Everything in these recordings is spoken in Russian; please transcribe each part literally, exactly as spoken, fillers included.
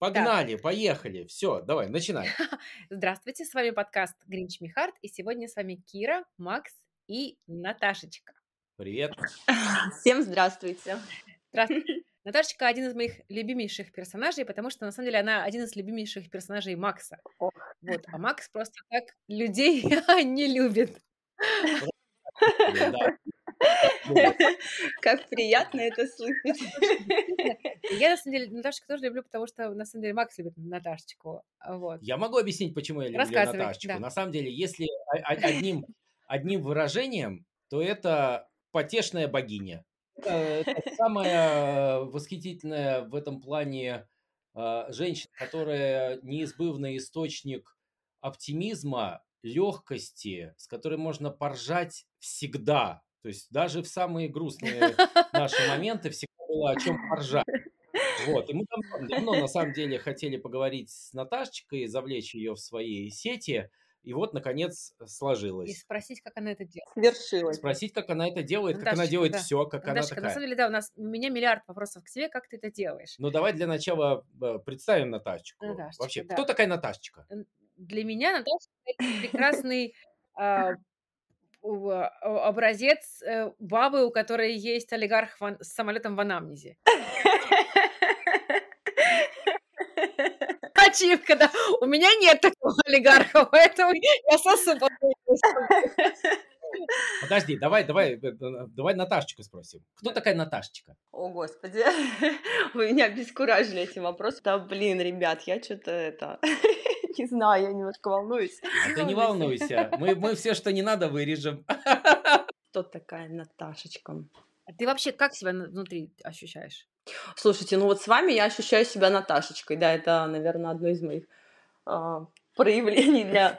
Так. Погнали, поехали. Все, давай, начинай. Здравствуйте, с вами подкаст Гринч Михард, и сегодня с вами Кира, Макс и Наташечка. Привет. Всем здравствуйте. Здравствуйте. Наташечка один из моих любимейших персонажей, потому что на самом деле она один из любимейших персонажей Макса. Ох. Вот, а Макс просто так людей не любит. Да. Как приятно это слышать. Я, на самом деле, Наташечку тоже люблю, потому что, на самом деле, Макс любит Наташечку. Вот. Я могу объяснить, почему я люблю Рассказывай, Наташечку. да. На самом деле, если о- о- одним, одним выражением, то это потешная богиня. Это, это самая восхитительная в этом плане э, женщина, которая неизбывный источник оптимизма, легкости, с которой можно поржать всегда. То есть даже в самые грустные наши моменты всегда было о чем поржать. Вот, и мы давно, давно, на самом деле, хотели поговорить с Наташечкой, завлечь ее в свои сети, и вот, наконец, И сложилось. спросить, как она это делает. Свершилось. Спросить, как она это делает, как она Наташечка, делает да. все, как она Наташечка, на такая. самом деле, да, у нас у меня миллиард вопросов к тебе, как ты это делаешь. Ну, давай для начала э, представим Наташечку. Наташечка, Вообще, да. кто такая Наташечка? Н- Для меня Наташечка это прекрасный а, у- а, образец э, бабы, у которой есть олигарх в ан- с самолетом в анамнезе. Ачивка, да. У меня нет такого олигарха, поэтому я сосу по- Подожди, давай, давай, э, э, давай Наташечку спросим. Кто Да. такая Наташечка? О, Господи, вы меня обескуражили этим вопросом. Да, блин, ребят, я что-то это... Не знаю, я немножко волнуюсь. А ты не волнуйся, мы, мы все, что не надо, вырежем. Кто такая Наташечка? А ты вообще как себя на- внутри ощущаешь? Слушайте, ну вот с вами я ощущаю себя Наташечкой. Да, это, наверное, одно из моих а, проявлений для,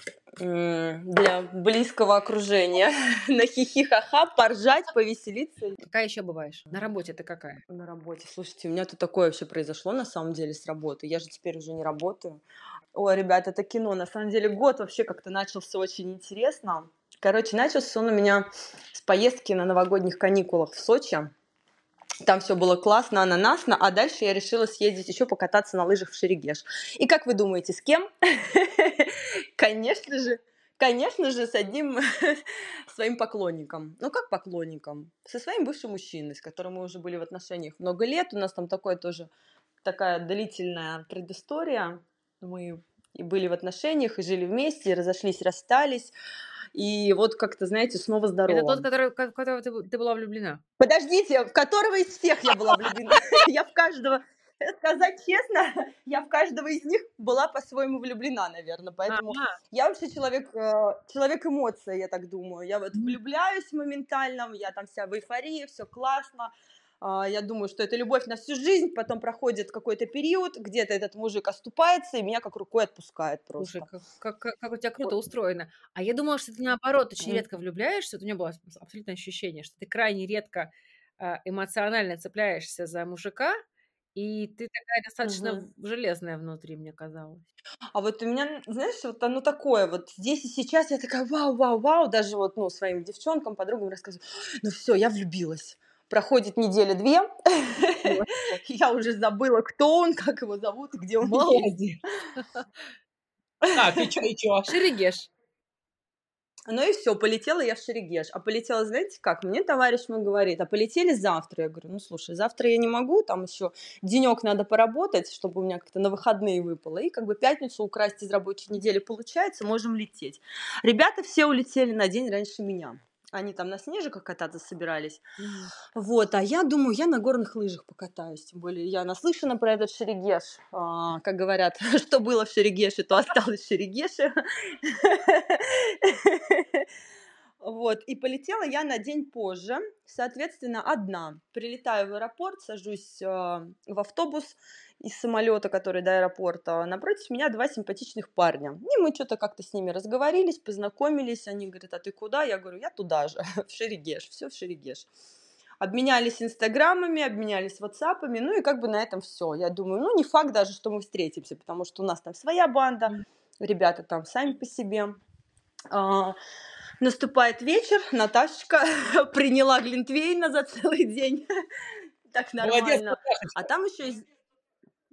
м, для близкого окружения. На хихи-ха-ха, поржать, повеселиться. Какая еще бываешь? На работе ты какая? На работе. Слушайте, у меня тут такое вообще произошло, на самом деле, с работы. Я же теперь уже не работаю. Ой, ребят, это кино. На самом деле, год вообще как-то начался очень интересно. Короче, начался он у меня с поездки на новогодних каникулах в Сочи. Там все было классно, ананасно, а дальше я решила съездить еще покататься на лыжах в Шерегеш. И как вы думаете, с кем? Конечно же, конечно же, с одним своим поклонником. Ну, как поклонником? Со своим бывшим мужчиной, с которым мы уже были в отношениях много лет. У нас там такое тоже, такая длительная предыстория. Мы и были в отношениях, и жили вместе, и разошлись, расстались. И вот как-то, знаете, снова здорово. Это тот, который, в которого ты, б- ты была влюблена. Подождите, в которого из всех я была влюблена? Я в каждого, сказать честно, я в каждого из них была по-своему влюблена, наверное. Поэтому Ага. я вообще человек, э, человек эмоций, я так думаю. Я вот влюбляюсь моментально, я там вся в эйфории, все классно. А, Я думаю, что это любовь на всю жизнь, потом проходит какой-то период, где-то этот мужик оступается, и меня как рукой отпускает просто. Слушай, как, как, как- как у тебя круто устроено. А я думала, что ты наоборот очень Мгм. редко влюбляешься. Вот у меня было абс- абсолютное ощущение, что ты крайне редко а, эмоционально цепляешься за мужика, и ты такая достаточно Мгм. в- железная внутри, мне казалось. А вот у меня, знаешь, вот оно такое, вот здесь и сейчас я такая, вау, вау, вау, даже вот, ну, своим девчонкам, подругам рассказываю, ну все, я влюбилась. Проходит неделя-две, Вот. я уже забыла, кто он, как его зовут и где он есть. Молодец. Так, и чё, и чё? Шерегеш. Ну и все, полетела я в Шерегеш. А полетела, знаете как? Мне товарищ мой говорит, а полетели завтра. Я говорю, ну слушай, завтра я не могу, там еще денек надо поработать, чтобы у меня как-то на выходные выпало. И как бы пятницу украсть из рабочей недели получается, можем лететь. Ребята все улетели на день раньше меня. Они там на снежиках кататься собирались. Мгм. Вот, а я думаю, я на горных лыжах покатаюсь. Тем более я наслышана про этот Шерегеш. А, как говорят, что было в Шерегеше, то осталось в Шерегеше. Вот, и полетела я на день позже, соответственно, одна. Прилетаю в аэропорт, сажусь э, в автобус из самолета, который до аэропорта. Напротив меня два симпатичных парня. И мы что-то как-то с ними разговорились, познакомились. Они говорят, а ты куда? Я говорю, я туда же, в Шерегеш, все в Шерегеш. Обменялись инстаграмами, обменялись ватсапами, ну и как бы на этом все. Я думаю, ну не факт даже, что мы встретимся, потому что у нас там своя банда, Мгм. ребята там сами по себе. А, Наступает вечер, Наташечка приняла глинтвейна за целый день. Так Молодец, нормально. Наташечка. А там еще из...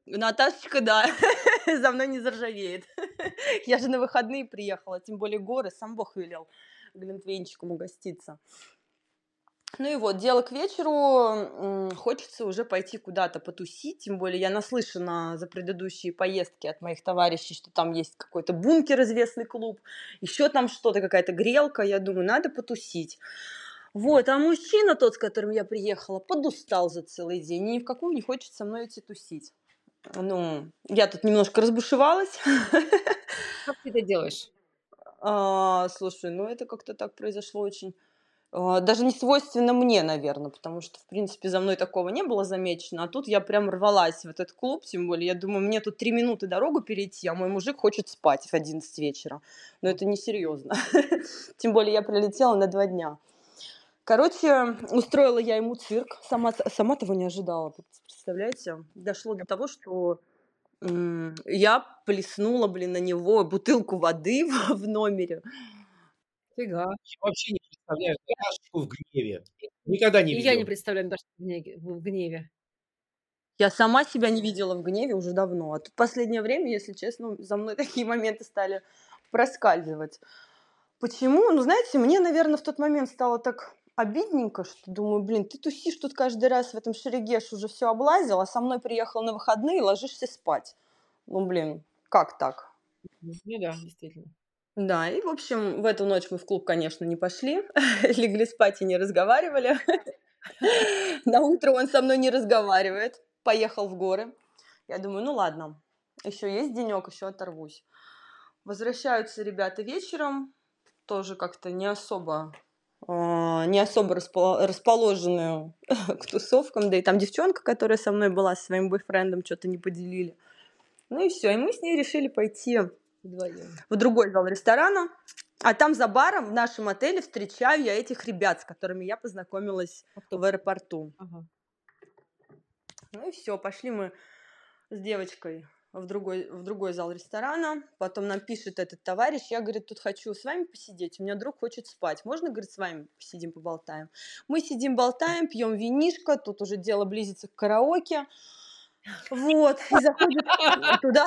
Наташечка, да, за мной не заржавеет. Я же на выходные приехала, тем более горы, сам Бог велел глинтвейнчиком угоститься. Ну и вот, дело к вечеру, м, хочется уже пойти куда-то потусить, тем более я наслышана за предыдущие поездки от моих товарищей, что там есть какой-то бункер, известный клуб, еще там что-то, какая-то грелка, я думаю, надо потусить. Вот, а мужчина тот, с которым я приехала, подустал за целый день, и ни в какую не хочет со мной идти тусить. Ну, я тут немножко разбушевалась. Как ты это делаешь? А, слушай, ну это как-то так произошло очень, а, даже не свойственно мне, наверное, потому что, в принципе, за мной такого не было замечено, а тут я прям рвалась в этот клуб, тем более, я думаю, мне тут три минуты дорогу перейти, а мой мужик хочет спать в одиннадцать вечера. Но это несерьезно. Тем более я прилетела на два дня. Короче, устроила я ему цирк, сама, сама того не ожидала, представляете? Дошло до того, что м, я плеснула, блин, на него бутылку воды в, в номере. Фига. Я вообще не представляю Наташечку в гневе. Никогда не И я не видел. представляю Наташу в гневе. В гневе. Я сама себя не видела в гневе уже давно. А тут последнее время, если честно, за мной такие моменты стали проскальзывать. Почему? Ну, знаете, мне, наверное, в тот момент стало так обидненько, что думаю, блин, ты тусишь тут каждый раз в этом Шерегеш, уже все облазил, а со мной приехал на выходные и ложишься спать. Ну, блин, как так? Ну да, действительно. Да, и, в общем, в эту ночь мы в клуб, конечно, не пошли, легли спать и не разговаривали. На утро он со мной не разговаривает, поехал в горы. Я думаю, ну ладно, еще есть денек, еще оторвусь. Возвращаются ребята вечером, тоже как-то не особо, а, не особо распо- расположенную к тусовкам, да и там девчонка, которая со мной была, со своим бойфрендом, что-то не поделили. Ну и все, и мы с ней решили пойти Вдвоем. в другой зал ресторана, а там за баром в нашем отеле встречаю я этих ребят, с которыми я познакомилась в аэропорту. Ага. Ну и все, пошли мы с девочкой в другой, в другой зал ресторана, потом нам пишет этот товарищ, я, говорит, тут хочу с вами посидеть, у меня друг хочет спать, можно, говорит, с вами посидим, поболтаем? Мы сидим, болтаем, пьем винишко, тут уже дело близится к караоке, вот, и заходит туда,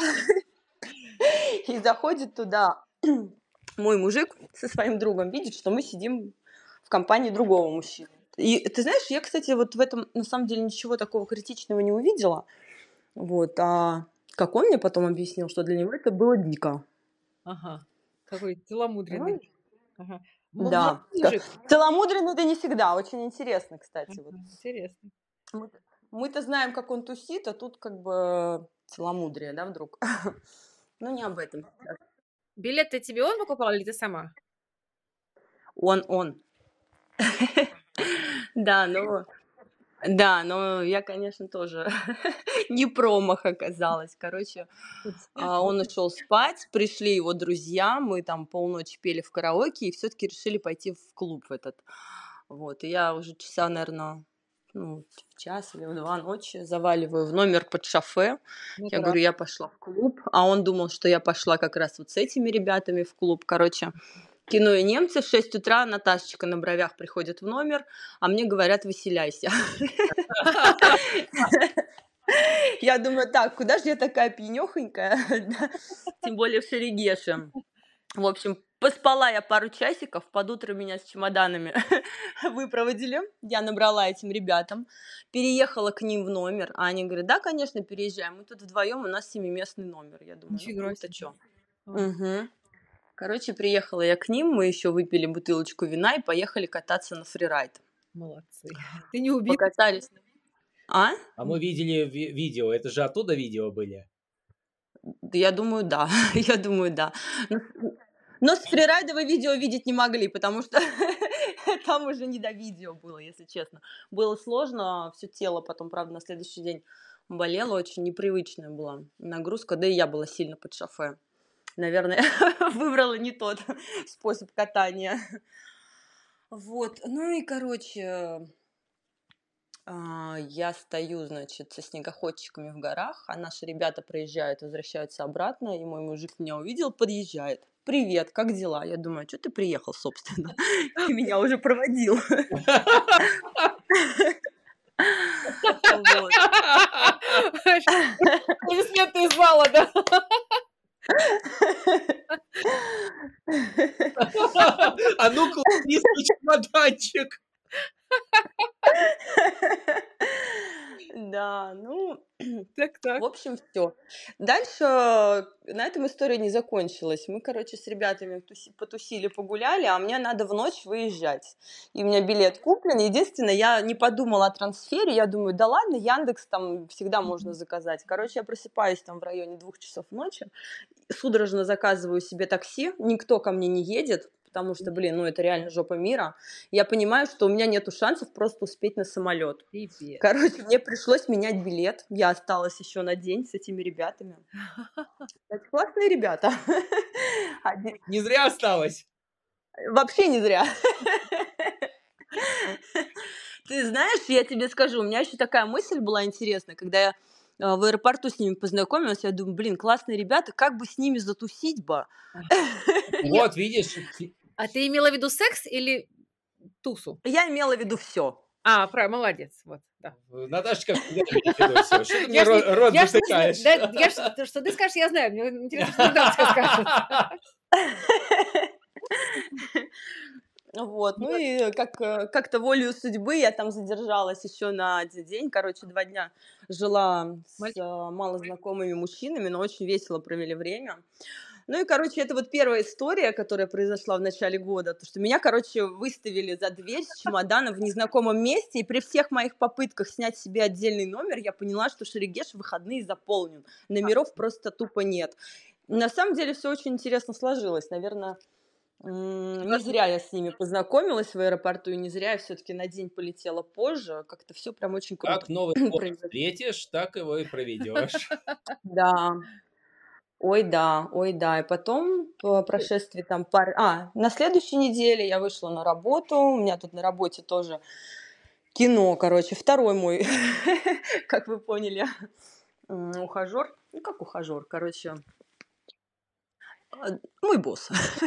и заходит туда мой мужик со своим другом, видит, что мы сидим в компании другого мужчины. И ты знаешь, я, кстати, вот в этом на самом деле ничего такого критичного не увидела, вот, а как он мне потом объяснил, что для него это было дико. Ага. Какой целомудренный. Ага. М- Да. молодой мужик. Целомудренный это не всегда. Очень интересно, кстати. Вот. Ага, интересно. Мы- Мы-то знаем, как он тусит, а тут как бы целомудрие, да, вдруг. Ну, не об этом. сейчас. Билеты тебе он покупал или ты сама? Он, он. Да, ну, да, но я, конечно, тоже не промах оказалась. Короче, а, он ушел спать, пришли его друзья, мы там полночи пели в караоке и все-таки решили пойти в клуб этот. Вот, и я уже часа, наверное, ну, в час или в два ночи заваливаю в номер под шофе. Ну, Я да. говорю, я пошла в клуб, а он думал, что я пошла как раз вот с этими ребятами в клуб. Короче, кино и немцы, в шесть утра Наташечка на бровях приходит в номер, а мне говорят, выселяйся. Я думаю, так, куда же я такая пьянёхонькая, да, тем более в Шерегеше. В общем, поспала я пару часиков, под утро меня с чемоданами выпроводили, я набрала этим ребятам, переехала к ним в номер, а они говорят, да, конечно, переезжаем, мы тут вдвоем, у нас семиместный номер. Я думаю, ну Нифига круто, себе. чё. А. Мгм. Короче, приехала я к ним, мы еще выпили бутылочку вина и поехали кататься на фрирайд. Молодцы. Ты не убит? Покатались. А? А мы видели ви- видео. Это же оттуда видео были. Да, я думаю, да. Я думаю, да. Но, но с фрирайда вы видео видеть не могли, потому что там уже не до видео было, если честно. Было сложно, все тело потом, правда, на следующий день болело, очень непривычная была нагрузка, да и я была сильно под шофе. Наверное, выбрала не тот способ катания. Вот, ну и, короче, а, я стою, значит, со снегоходчиками в горах, а наши ребята проезжают, возвращаются обратно, и мой мужик меня увидел, подъезжает. Привет, как дела? Я думаю, что ты приехал, собственно? Ты меня уже проводил. Вот. Аплодисменты из зала, да? А ну-ка, убери свой чемоданчик. Да, ну, в Так-так. общем, всё. Дальше на этом история не закончилась. Мы, короче, с ребятами туси потусили, погуляли, а мне надо в ночь выезжать. И у меня билет куплен. Единственное, я не подумала о трансфере. Я думаю: да ладно, Яндекс там всегда можно заказать. Короче, я просыпаюсь там в районе двух часов ночи, судорожно заказываю себе такси, никто ко мне не едет, потому что, блин, ну это реально жопа мира. Я понимаю, что у меня нету шансов просто успеть на самолет. Пипец. Короче, мне пришлось менять билет. Я осталась еще на день с этими ребятами. Кстати, классные ребята. Одни- Не зря осталось. Вообще не зря. Ты знаешь, я тебе скажу, у меня еще такая мысль была интересная, когда я а, в аэропорту с ними познакомилась, я думаю, блин, классные ребята, как бы с ними затусить бы? Я- Вот, видишь, ти- А ты имела в виду секс или тусу? Я имела в виду все. А, правильно, молодец. Вот, да. Наташечка всегда имеет в виду всё. Что ты мне Я ж не- ро- рот я ж не затыкаешь? знаю, да, я ж- то, что ты скажешь, я знаю. Мне интересно, что Наташка скажет. Вот, ну и как, э, как-то волею судьбы я там задержалась еще на один день. Короче, два дня жила с Мальчик. э, малознакомыми мужчинами, но очень весело провели время. Ну и, короче, это вот первая история, которая произошла в начале года. То, что меня, короче, выставили за дверь с чемоданом в незнакомом месте, и при всех моих попытках снять себе отдельный номер, я поняла, что Шерегеш в выходные заполнен. Номеров просто тупо нет. На самом деле все очень интересно сложилось. Наверное, м, не зря я с ними познакомилась в аэропорту, и не зря я все-таки на день полетела позже. Как-то все прям очень круто Как Новый год произошло. встретишь, так его и проведешь. Да. Ой, да, ой, да. И потом, по прошествии там пары... А, на следующей неделе я вышла на работу. У меня тут на работе тоже кино, короче. Второй мой, как вы поняли, м, ухажер. Ну, как ухажер, короче. а, Мой босс.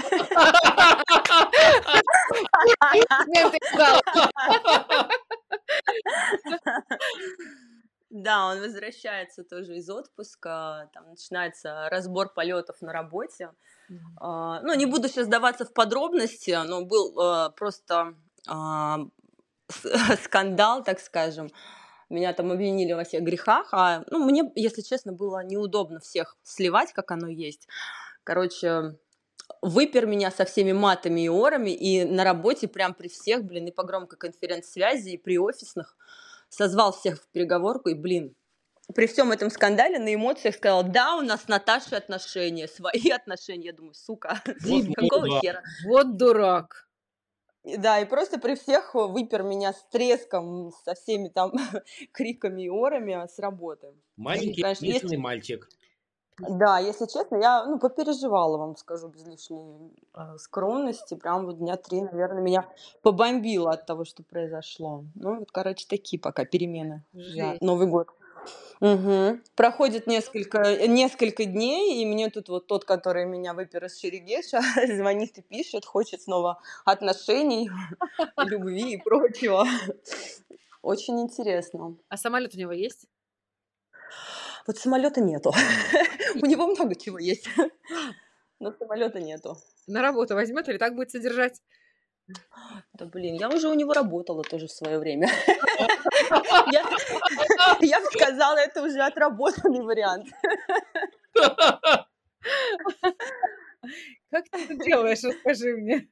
Аплодисменты из зала. Да, он возвращается тоже из отпуска. Там начинается разбор полетов на работе. А, Ну, не буду сейчас сдаваться в подробности, но был а, просто а, с- скандал, так скажем. Меня там обвинили во всех грехах, а ну, мне, если честно, было неудобно всех сливать, как оно есть. Короче, выпер меня со всеми матами и орами, и на работе прям при всех, блин, и по громкой конференц-связи, и при офисных созвал всех в переговорку, и, блин, при всем этом скандале на эмоциях сказал: да, у нас с Наташей отношения, свои отношения. Я думаю, сука, Вот какого мудак. хера? Вот дурак. И Да, и просто при всех выпер меня с треском, со всеми там криками и орами с работы. И, Маленький конечно, есть... ответственный мальчик. Да, если честно, я ну, попереживала, вам скажу, без лишней э, скромности. Прям вот дня три, наверное, меня побомбило от того, что произошло. Ну, вот, короче, такие пока перемены за Жесть. Новый год. Мгм. Проходит несколько, э, несколько дней, и мне тут вот тот, который меня выпер из Шерегеша, звонит и пишет, хочет снова отношений, любви и прочего. Очень интересно. А самолет у него есть? Вот самолета нету. У него много чего есть, но самолета нету. На работу возьмет или так будет содержать? Да блин, я уже у него работала тоже в свое время. Я, я бы сказала, это уже отработанный вариант. Как ты это делаешь, расскажи мне.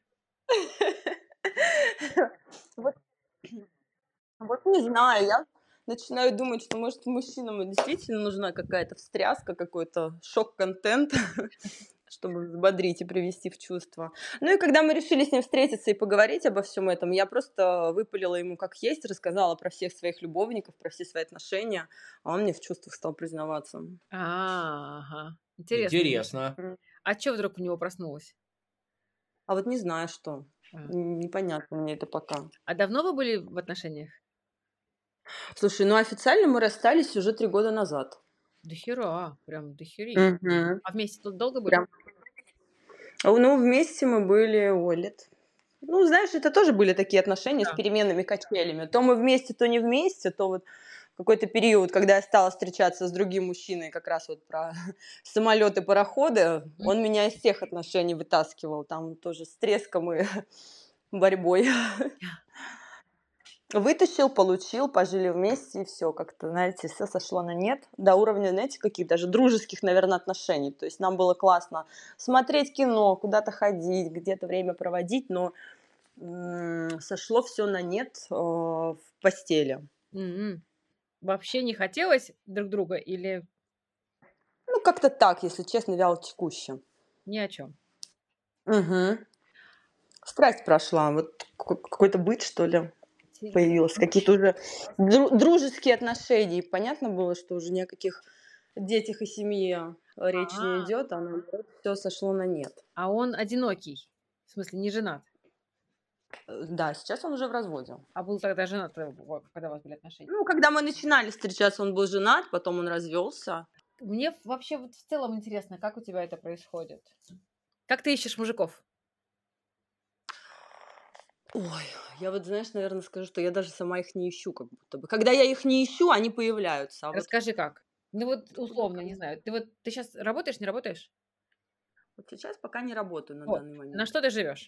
Вот, вот не знаю, я начинаю думать, что, может, мужчинам действительно нужна какая-то встряска, какой-то шок-контент, чтобы взбодрить и привести в чувство. Ну и когда мы решили с ним встретиться и поговорить обо всем этом, я просто выпалила ему как есть, рассказала про всех своих любовников, про все свои отношения, а он мне в чувствах стал признаваться. А, ага. Интересно. Интересно. М. А чё вдруг у него проснулось? А вот не знаю, что. А. Н- Непонятно мне это пока. А давно вы были в отношениях? Слушай, ну официально мы расстались уже три года назад. До хера, прям до херища. Мгм. А вместе тут долго были? Прям. А, Ну, вместе мы были, ой, лет. Ну, знаешь, это тоже были такие отношения с Да. переменными качелями. То мы вместе, то не вместе, то вот какой-то период, когда я стала встречаться с другим мужчиной, как раз вот про самолеты, пароходы, он меня из тех отношений вытаскивал, там тоже с треском и борьбой. Вытащил, получил, пожили вместе, и все как-то, знаете, все сошло на нет. До уровня, знаете, каких даже дружеских, наверное, отношений. То есть нам было классно смотреть кино, куда-то ходить, где-то время проводить, но м, сошло все на нет э, в постели. М. Вообще не хотелось друг друга или Ну, как-то так, если честно, вяло текуще. ни о чем? Угу. Страсть прошла, вот ка- какой-то быт, что ли, появился, какие-то уже дру- дружеские отношения. И понятно было, что уже ни о каких детях и семье речь не А, идет, а наоборот, все сошло на нет. а он одинокий, в смысле не женат, Э, Да, сейчас он уже в разводе. а был тогда женат, э, во- когда у вас были отношения. Ну, когда мы начинали встречаться, он был женат, потом он развелся. Мне вообще вот в целом интересно, как у тебя это происходит? Как ты ищешь мужиков? Ой, я вот, знаешь, наверное, скажу, что я даже сама их не ищу, как будто бы. Когда я их не ищу, они появляются. А вот, Расскажи как. Ну вот условно, не знаю. Ты вот ты сейчас работаешь, не работаешь? вот сейчас пока не работаю на Вот. данный На момент. что ты живешь?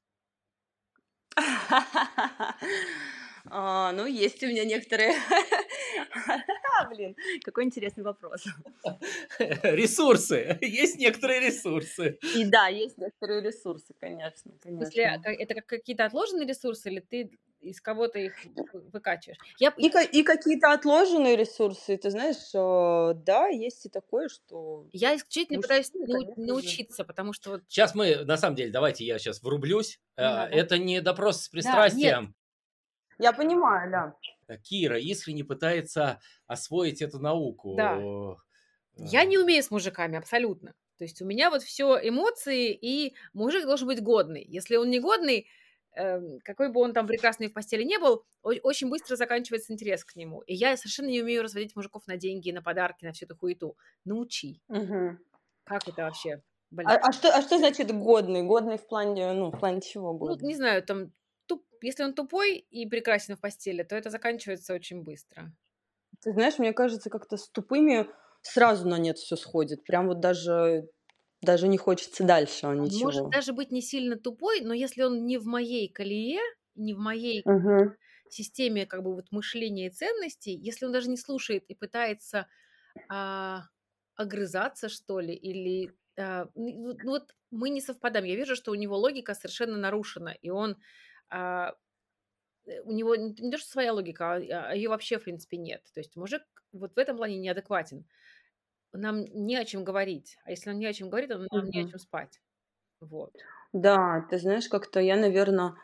А, Ну, есть у меня некоторые... Блин, какой интересный вопрос. Ресурсы. Есть некоторые ресурсы. И да, есть некоторые ресурсы, конечно, В смысле, конечно. ка- это как какие-то отложенные ресурсы, или ты из кого-то их вы- выкачиваешь? Я, И, ка- и какие-то отложенные ресурсы, ты знаешь, э, да, есть и такое, что я исключительно пытаюсь мужчины, нау- конечно же. научиться, потому что вот Сейчас мы, на самом деле, давайте я сейчас врублюсь. Не А, надо. Это не допрос с Да, нет. пристрастием. Я понимаю, да. Кира искренне пытается освоить эту науку. Да. Я не умею с мужиками абсолютно. То есть у меня вот все эмоции, и мужик должен быть годный. Если он не годный, эм, какой бы он там прекрасный в постели не был, о- очень быстро заканчивается интерес к нему. И я совершенно не умею разводить мужиков на деньги, на подарки, на всю эту хуету. Научи. Мгм. Как это вообще? А, Блин. а что, а что значит годный? Годный в плане, ну, в плане чего Ну, годный? не знаю, там, туп- если он тупой и прекрасен в постели, то это заканчивается очень быстро. Ты знаешь, мне кажется, как-то с тупыми сразу на нет все сходит. Прям вот даже, даже не хочется дальше Он может ничего. даже быть не сильно тупой, но если он не в моей колее, не в моей Мгм. системе как бы вот мышления и ценностей, если он даже не слушает и пытается а, огрызаться, что ли, или а, н- ну, ну вот мы не совпадаем. Я вижу, что у него логика совершенно нарушена, и он а, э, у него не не то, что своя логика, а ее вообще, в принципе, нет. То есть мужик вот в этом плане неадекватен. Нам не о чем говорить. А если нам не о чем говорить, то нам не о Мгм. чем спать. Вот. Да, ты знаешь, как-то я, наверное,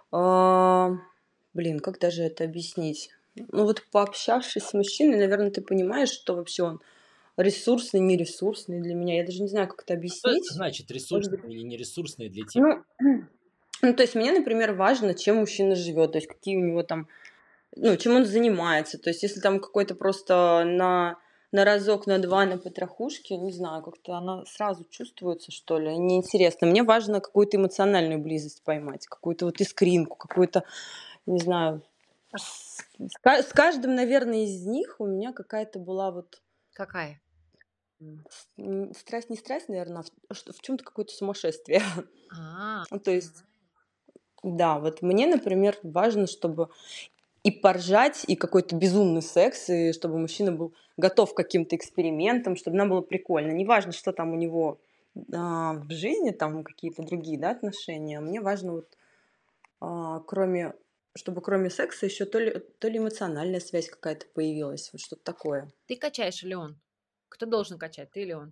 блин, как даже это объяснить? Ну вот пообщавшись с мужчиной, наверное, ты понимаешь, что вообще он ресурсный, не ресурсный для меня. Я даже не знаю, как это Что это объяснить. значит Может быть, ресурсные или нересурсные для тебя? ну, ну, то есть мне, например, важно, чем мужчина живет, то есть какие у него там, ну, чем он занимается. То есть если там какой-то просто на, на разок, на два, на потрохушке, не знаю, как-то она сразу чувствуется, что ли, неинтересно. Мне важно какую-то эмоциональную близость поймать, какую-то вот искринку, какую-то, не знаю, с, с ка- с каждым, наверное, из них у меня какая-то была вот Какая? м, с- м, страсть, не страсть, наверное, а в, в чем-то какое-то сумасшествие. А, Ну, то есть, да, вот мне, например, важно, чтобы и поржать, и какой-то безумный секс, и чтобы мужчина был готов к каким-то экспериментам, чтобы нам было прикольно. Неважно, что там у него а, в жизни, там какие-то другие, да, отношения. Мне важно вот а, кроме, чтобы кроме секса еще то ли, то ли эмоциональная связь какая-то появилась, вот что-то такое. ты качаешь или он? Кто должен качать, ты или он?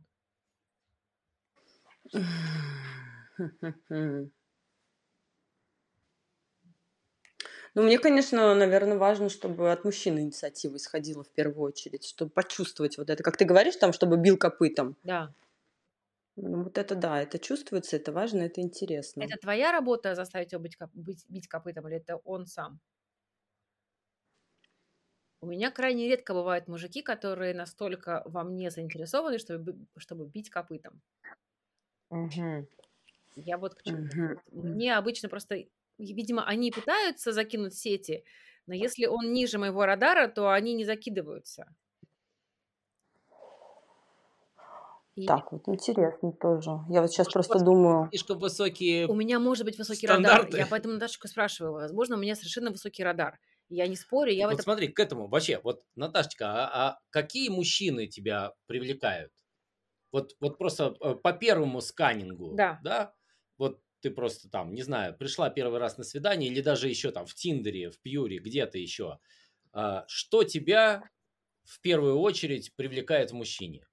Ну, мне, конечно, наверное, важно, чтобы от мужчины инициатива исходила в первую очередь, чтобы почувствовать вот это. Как ты говоришь, там, чтобы бил копытом. Да. Ну, вот это да, это чувствуется, это важно, это интересно. Это твоя работа заставить его быть, коп- быть- бить копытом, или это он сам? У меня крайне редко бывают мужики, которые настолько во мне заинтересованы, чтобы, бы- чтобы бить копытом. Мгм. Я вот к чему. Мгм. Вот мне обычно просто, и, видимо, они пытаются закинуть сети, Но если он ниже моего радара, то они не закидываются. И Так, вот интересно тоже. Я вот сейчас Может, у просто вас думаю. слишком высокие у меня может быть высокий радар. стандарты? Я поэтому Наташечку спрашиваю. Возможно, у меня совершенно высокий радар. Я не спорю, я в Вот это... смотри, к этому вообще, вот, Наташечка, а, а какие мужчины тебя привлекают? Вот, вот просто э, по первому сканингу, Да. да? Вот ты просто там, не знаю, пришла первый раз на свидание или даже еще там в Тиндере, в Пьюре, где-то еще. А, что тебя в первую очередь привлекает в мужчине?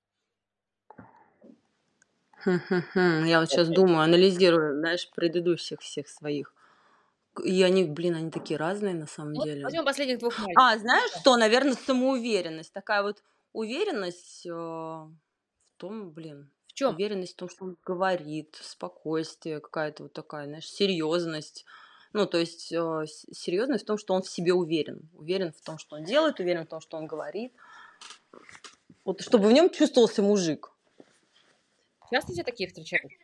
Хм-хм-хм. Я вот сейчас думаю, анализирую, знаешь, предыдущих всех своих. К- И они, блин, они такие разные на самом Ну, вот деле. возьмем последних двух мальчиков. А, знаешь что? Наверное, самоуверенность. Такая вот уверенность э, в том, блин, В чем? уверенность в том, что он говорит, спокойствие, какая-то вот такая, знаешь, серьезность. Ну, то есть э, с- серьезность в том, что он в себе уверен. Уверен в том, что он делает, уверен в том, что он говорит. Вот чтобы в нем чувствовался мужик. Часто тебе такие встречаются?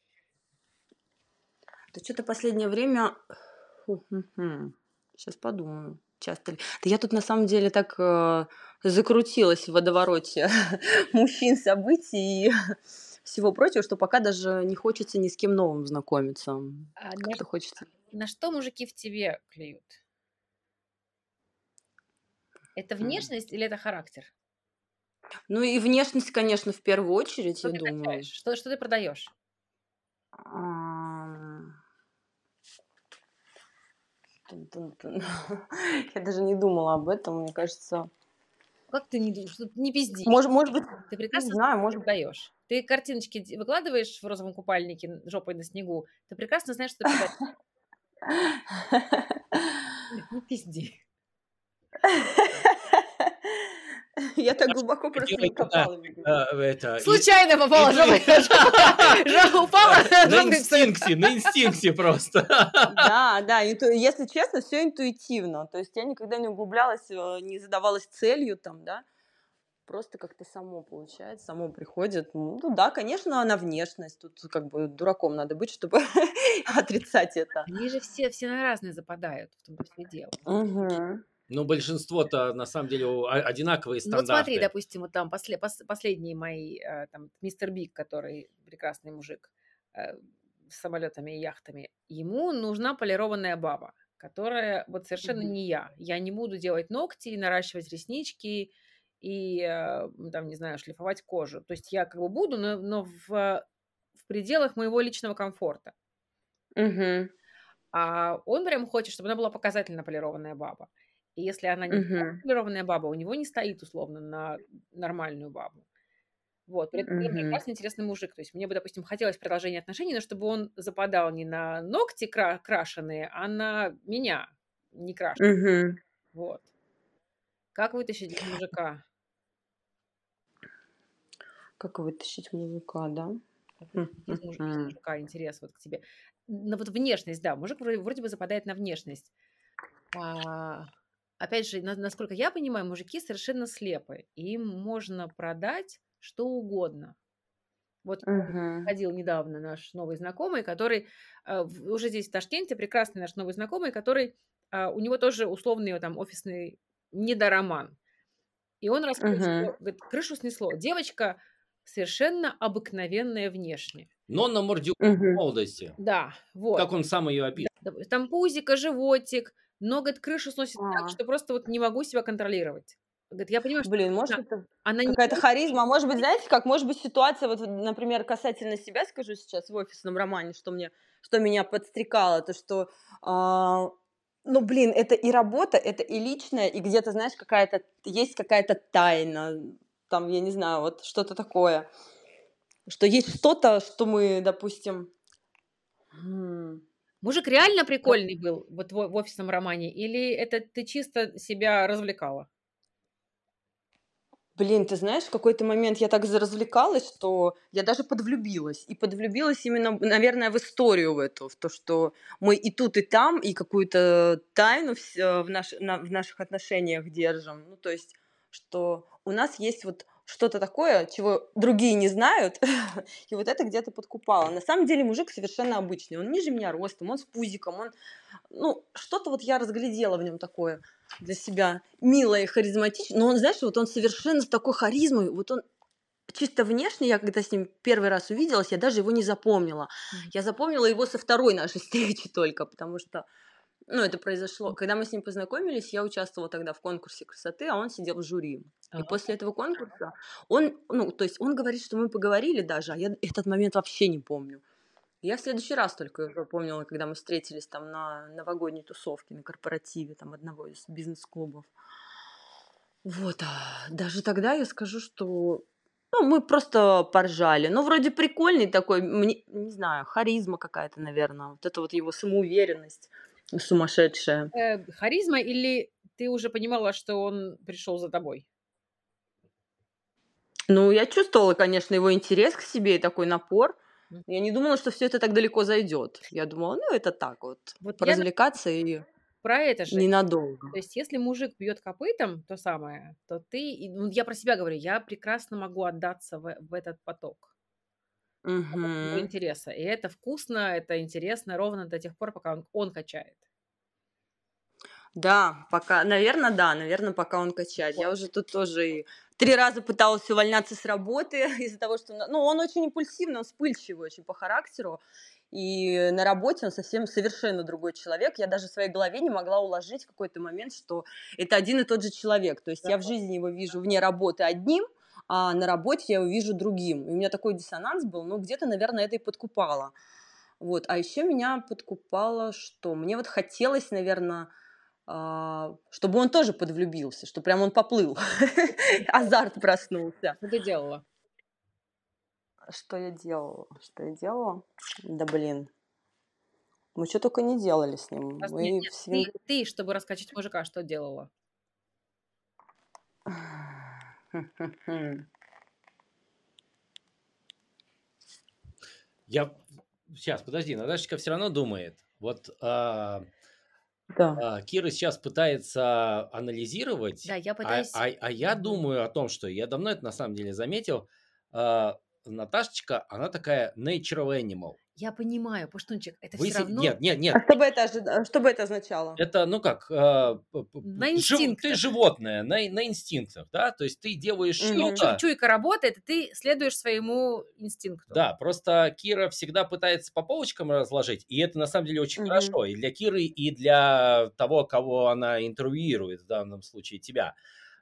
Да что-то последнее время... Сейчас подумаю. Часто ли? Да я тут на самом деле так э, закрутилась в водовороте мужчин, событий и всего прочего, что пока даже не хочется ни с кем новым знакомиться. А на, Как-то хочется. на что мужики в тебе клюют? Это М. внешность или это характер? Ну и внешность, конечно, в первую очередь, Что я ты думаю. качаешь? Что, что ты продаешь? Ам, тун-тун-тун. Я даже не думала об этом, мне кажется. Как ты не думаешь? Что ты не пиздишь? Может, может быть, Ты не прекрасно знаю, знаешь, что может ты продаешь. Ты картиночки д- выкладываешь в розовом купальнике н- жопой на снегу. Ты прекрасно знаешь, что ты продаешь. Не пизди. Я так глубоко просто не Делай это, копала, видимо. э, это, и- Случайно попала и- жопой. Жопа упала, на жопой инстинкте, на инстинкте просто. Да, да, инту- если честно, все интуитивно. То есть я никогда не углублялась, э, не задавалась целью там, да. Просто как-то само получается, само приходит. Ну ну да, конечно, она внешность. Тут как бы дураком надо быть, чтобы отрицать это. Они же все, все на разные западают, в том-то все и дело. Мгм. Ну, большинство-то на самом деле о- одинаковые Ну вот смотри, стандарты. допустим, вот там после, пос- последние мои, э, там, мистер Биг, который прекрасный мужик э, с самолетами и яхтами, ему нужна полированная баба, которая вот совершенно Мгм. не я. Я не буду делать ногти, наращивать реснички и, э, м, там, не знаю, шлифовать кожу. То есть я как бы буду, но, но в, в пределах моего личного комфорта. Мгм. А он прям хочет, чтобы она была показательно полированная баба. И если она не такая Мгм. полированная баба, у него не стоит условно на нормальную бабу. Вот. При этом он Мгм. прекрасный, интересный мужик. То есть мне бы, допустим, хотелось продолжения отношений, но чтобы он западал не на ногти кра- крашеные, а на меня не крашеные. Мгм. Вот. Как вытащить из мужика? Как вытащить мужика, да? Как вытащить из муж- из Мгм. мужика интерес вот к тебе? Ну вот внешность, да. Мужик вроде, вроде бы западает на внешность. А, опять же, на- насколько я понимаю, мужики совершенно слепы. Им можно продать что угодно. Вот Мгм. ходил недавно наш новый знакомый, который э, в- уже здесь в Ташкенте, прекрасный наш новый знакомый, который а, у него тоже условный там офисный недороман. И он рассказывает, Мгм. что говорит, крышу снесло. Девочка совершенно обыкновенная внешне. Но на мордюк Мгм. молодости. Да, вот. Как он сам ее описывает. Да, там пузико, животик, но, говорит, крышу сносит так, А. что просто вот не могу себя контролировать. Говорит, я понимаю, что Блин, может, она, это она не какая-то хочет, харизма. А может быть, знаете, как может быть ситуация, вот, например, касательно себя скажу сейчас в офисном романе, что мне, что меня подстрекало, то что, а, ну, блин, это и работа, это и личное, и где-то, знаешь, какая-то, есть какая-то тайна, там, я не знаю, вот что-то такое, что есть что-то, что мы, допустим, м, мужик реально как прикольный был вот в, в офисном романе, или это ты чисто себя развлекала? Блин, ты знаешь, в какой-то момент я так заразвлекалась, что я даже подвлюбилась. И подвлюбилась именно, наверное, в историю в эту, в то, что мы и тут, и там, и какую-то тайну вс- э, в, наш- на- в наших отношениях держим. Ну, то есть, что у нас есть вот что-то такое, чего другие не знают, и вот это где-то подкупало. На самом деле мужик совершенно обычный, он ниже меня ростом, он с пузиком, он, ну, что-то вот я разглядела в нем такое для себя милое и харизматичное, но он, знаешь, вот он совершенно с такой харизмой, вот он чисто внешне, я когда с ним первый раз увиделась, я даже его не запомнила. Мгм. Я запомнила его со второй нашей встречи только, потому что, ну, это произошло, когда мы с ним познакомились, я участвовала тогда в конкурсе красоты, а он сидел в жюри. И Ага. после этого конкурса он, ну, то есть он говорит, что мы поговорили даже, а я этот момент вообще не помню. Я в следующий раз только его помнила, когда мы встретились там на новогодней тусовке, на корпоративе там одного из бизнес-клубов. Вот, а даже тогда я скажу, что, ну, мы просто поржали. Ну, вроде прикольный такой, мне, не знаю, харизма какая-то, наверное. Вот это вот его самоуверенность сумасшедшая. Э, харизма или ты уже понимала, что он пришел за тобой? Ну, я чувствовала, конечно, его интерес к себе и такой напор. М. Я не думала, что все это так далеко зайдет. Я думала, ну, это так вот, Вот я, например, поразвлекаться и про это же. ненадолго. То есть если мужик бьет копытом, то самое, то ты, и, ну, я про себя говорю, я прекрасно могу отдаться в, в этот поток его Угу. интереса. И это вкусно, это интересно ровно до тех пор, пока он, он качает. Да, пока, наверное, да, наверное, пока он качает. Я Вот. уже тут тоже и три раза пыталась увольняться с работы из-за того, что, ну, он очень импульсивный, он вспыльчивый очень по характеру. И на работе он совсем совершенно другой человек. Я даже в своей голове не могла уложить в какой-то момент, что это один и тот же человек. То есть Да. я в жизни его вижу вне работы одним, а на работе я его вижу другим. И у меня такой диссонанс был, ну, где-то, наверное, это и подкупало. Вот. А еще меня подкупало, что мне вот хотелось, наверное, а, чтобы он тоже подвлюбился, что прям он поплыл, азарт проснулся. Что ты делала? Что я делала? Что я делала? Да блин, мы что только не делали с ним. Раз- Нет, Мы нет, в ты, свинг... ты, чтобы раскачать мужика, что делала? Я сейчас, подожди, Наташечка все равно думает. Вот а, Да. а, Кира сейчас пытается анализировать, Да, я а, пытаюсь... а, а я Мгм. думаю о том, что я давно это на самом деле заметил. а, Наташечка, она такая natural animal. Я понимаю, Пуштунчик, это Вы все се- равно Нет, нет, А нет. что бы это, ожи- а что бы это означало? Это, ну как, а, п- п- на п- жив- ты инстинктах. животное, на, на инстинктах, да, то есть ты делаешь Мгм. Чу- что-то. Чуйка работает, и ты следуешь своему инстинкту. Да, просто Кира всегда пытается по полочкам разложить, и это на самом деле очень Мгм. хорошо и для Киры, и для того, кого она интервьюирует, в данном случае тебя.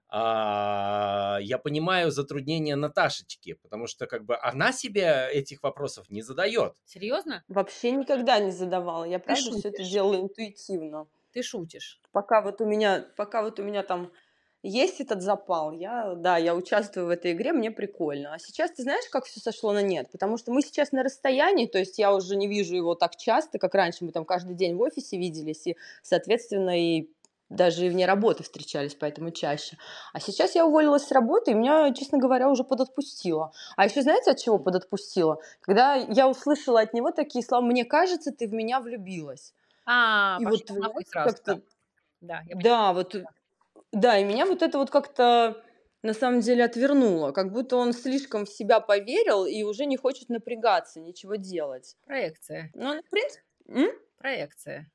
А, я понимаю затруднения Наташечки, потому что как бы она себе этих вопросов не задает. Серьезно? Вообще никогда не задавала. Я Ты правда все это шутишь. делала интуитивно. Ты шутишь. Пока вот у меня, пока вот у меня там есть этот запал, я, да, я участвую в этой игре, мне прикольно. А сейчас ты знаешь, как все сошло на нет? Потому что мы сейчас на расстоянии, то есть я уже не вижу его так часто, как раньше. Мы там каждый день в офисе виделись, и, соответственно, и даже и вне работы встречались, поэтому чаще. А сейчас я уволилась с работы, и меня, честно говоря, уже подотпустило. А еще знаете, от чего подотпустило? Когда я услышала от него такие слова: «Мне кажется, ты в меня влюбилась». А, И вот пошел нахуй сразу, да. как-то, Да, я понимаю. да, вот, да, и меня вот это вот как-то на самом деле отвернуло, как будто он слишком в себя поверил и уже не хочет напрягаться, ничего делать. Проекция. Ну, он, в принципе, м? Проекция.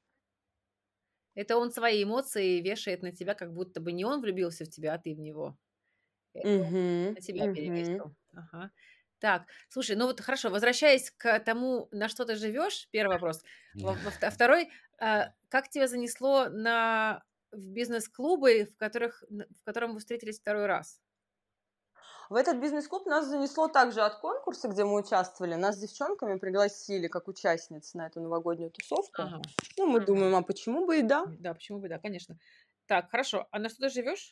Это он свои эмоции вешает на тебя, как будто бы не он влюбился в тебя, а ты в него. Это он Мгм, на тебя мгм. перевесил. Ага. Так, слушай, ну вот хорошо, возвращаясь к тому, на что ты живешь, первый вопрос. Во- во вто- Второй, а, как тебя занесло на в бизнес-клубы, в которых н- в котором вы встретились второй раз? В этот бизнес-клуб нас занесло также от конкурса, где мы участвовали. Нас с девчонками пригласили как участниц на эту новогоднюю тусовку. Ага. Ну, мы думаем, а почему бы и да? Да, почему бы да, конечно. Так, хорошо. А на что ты живешь?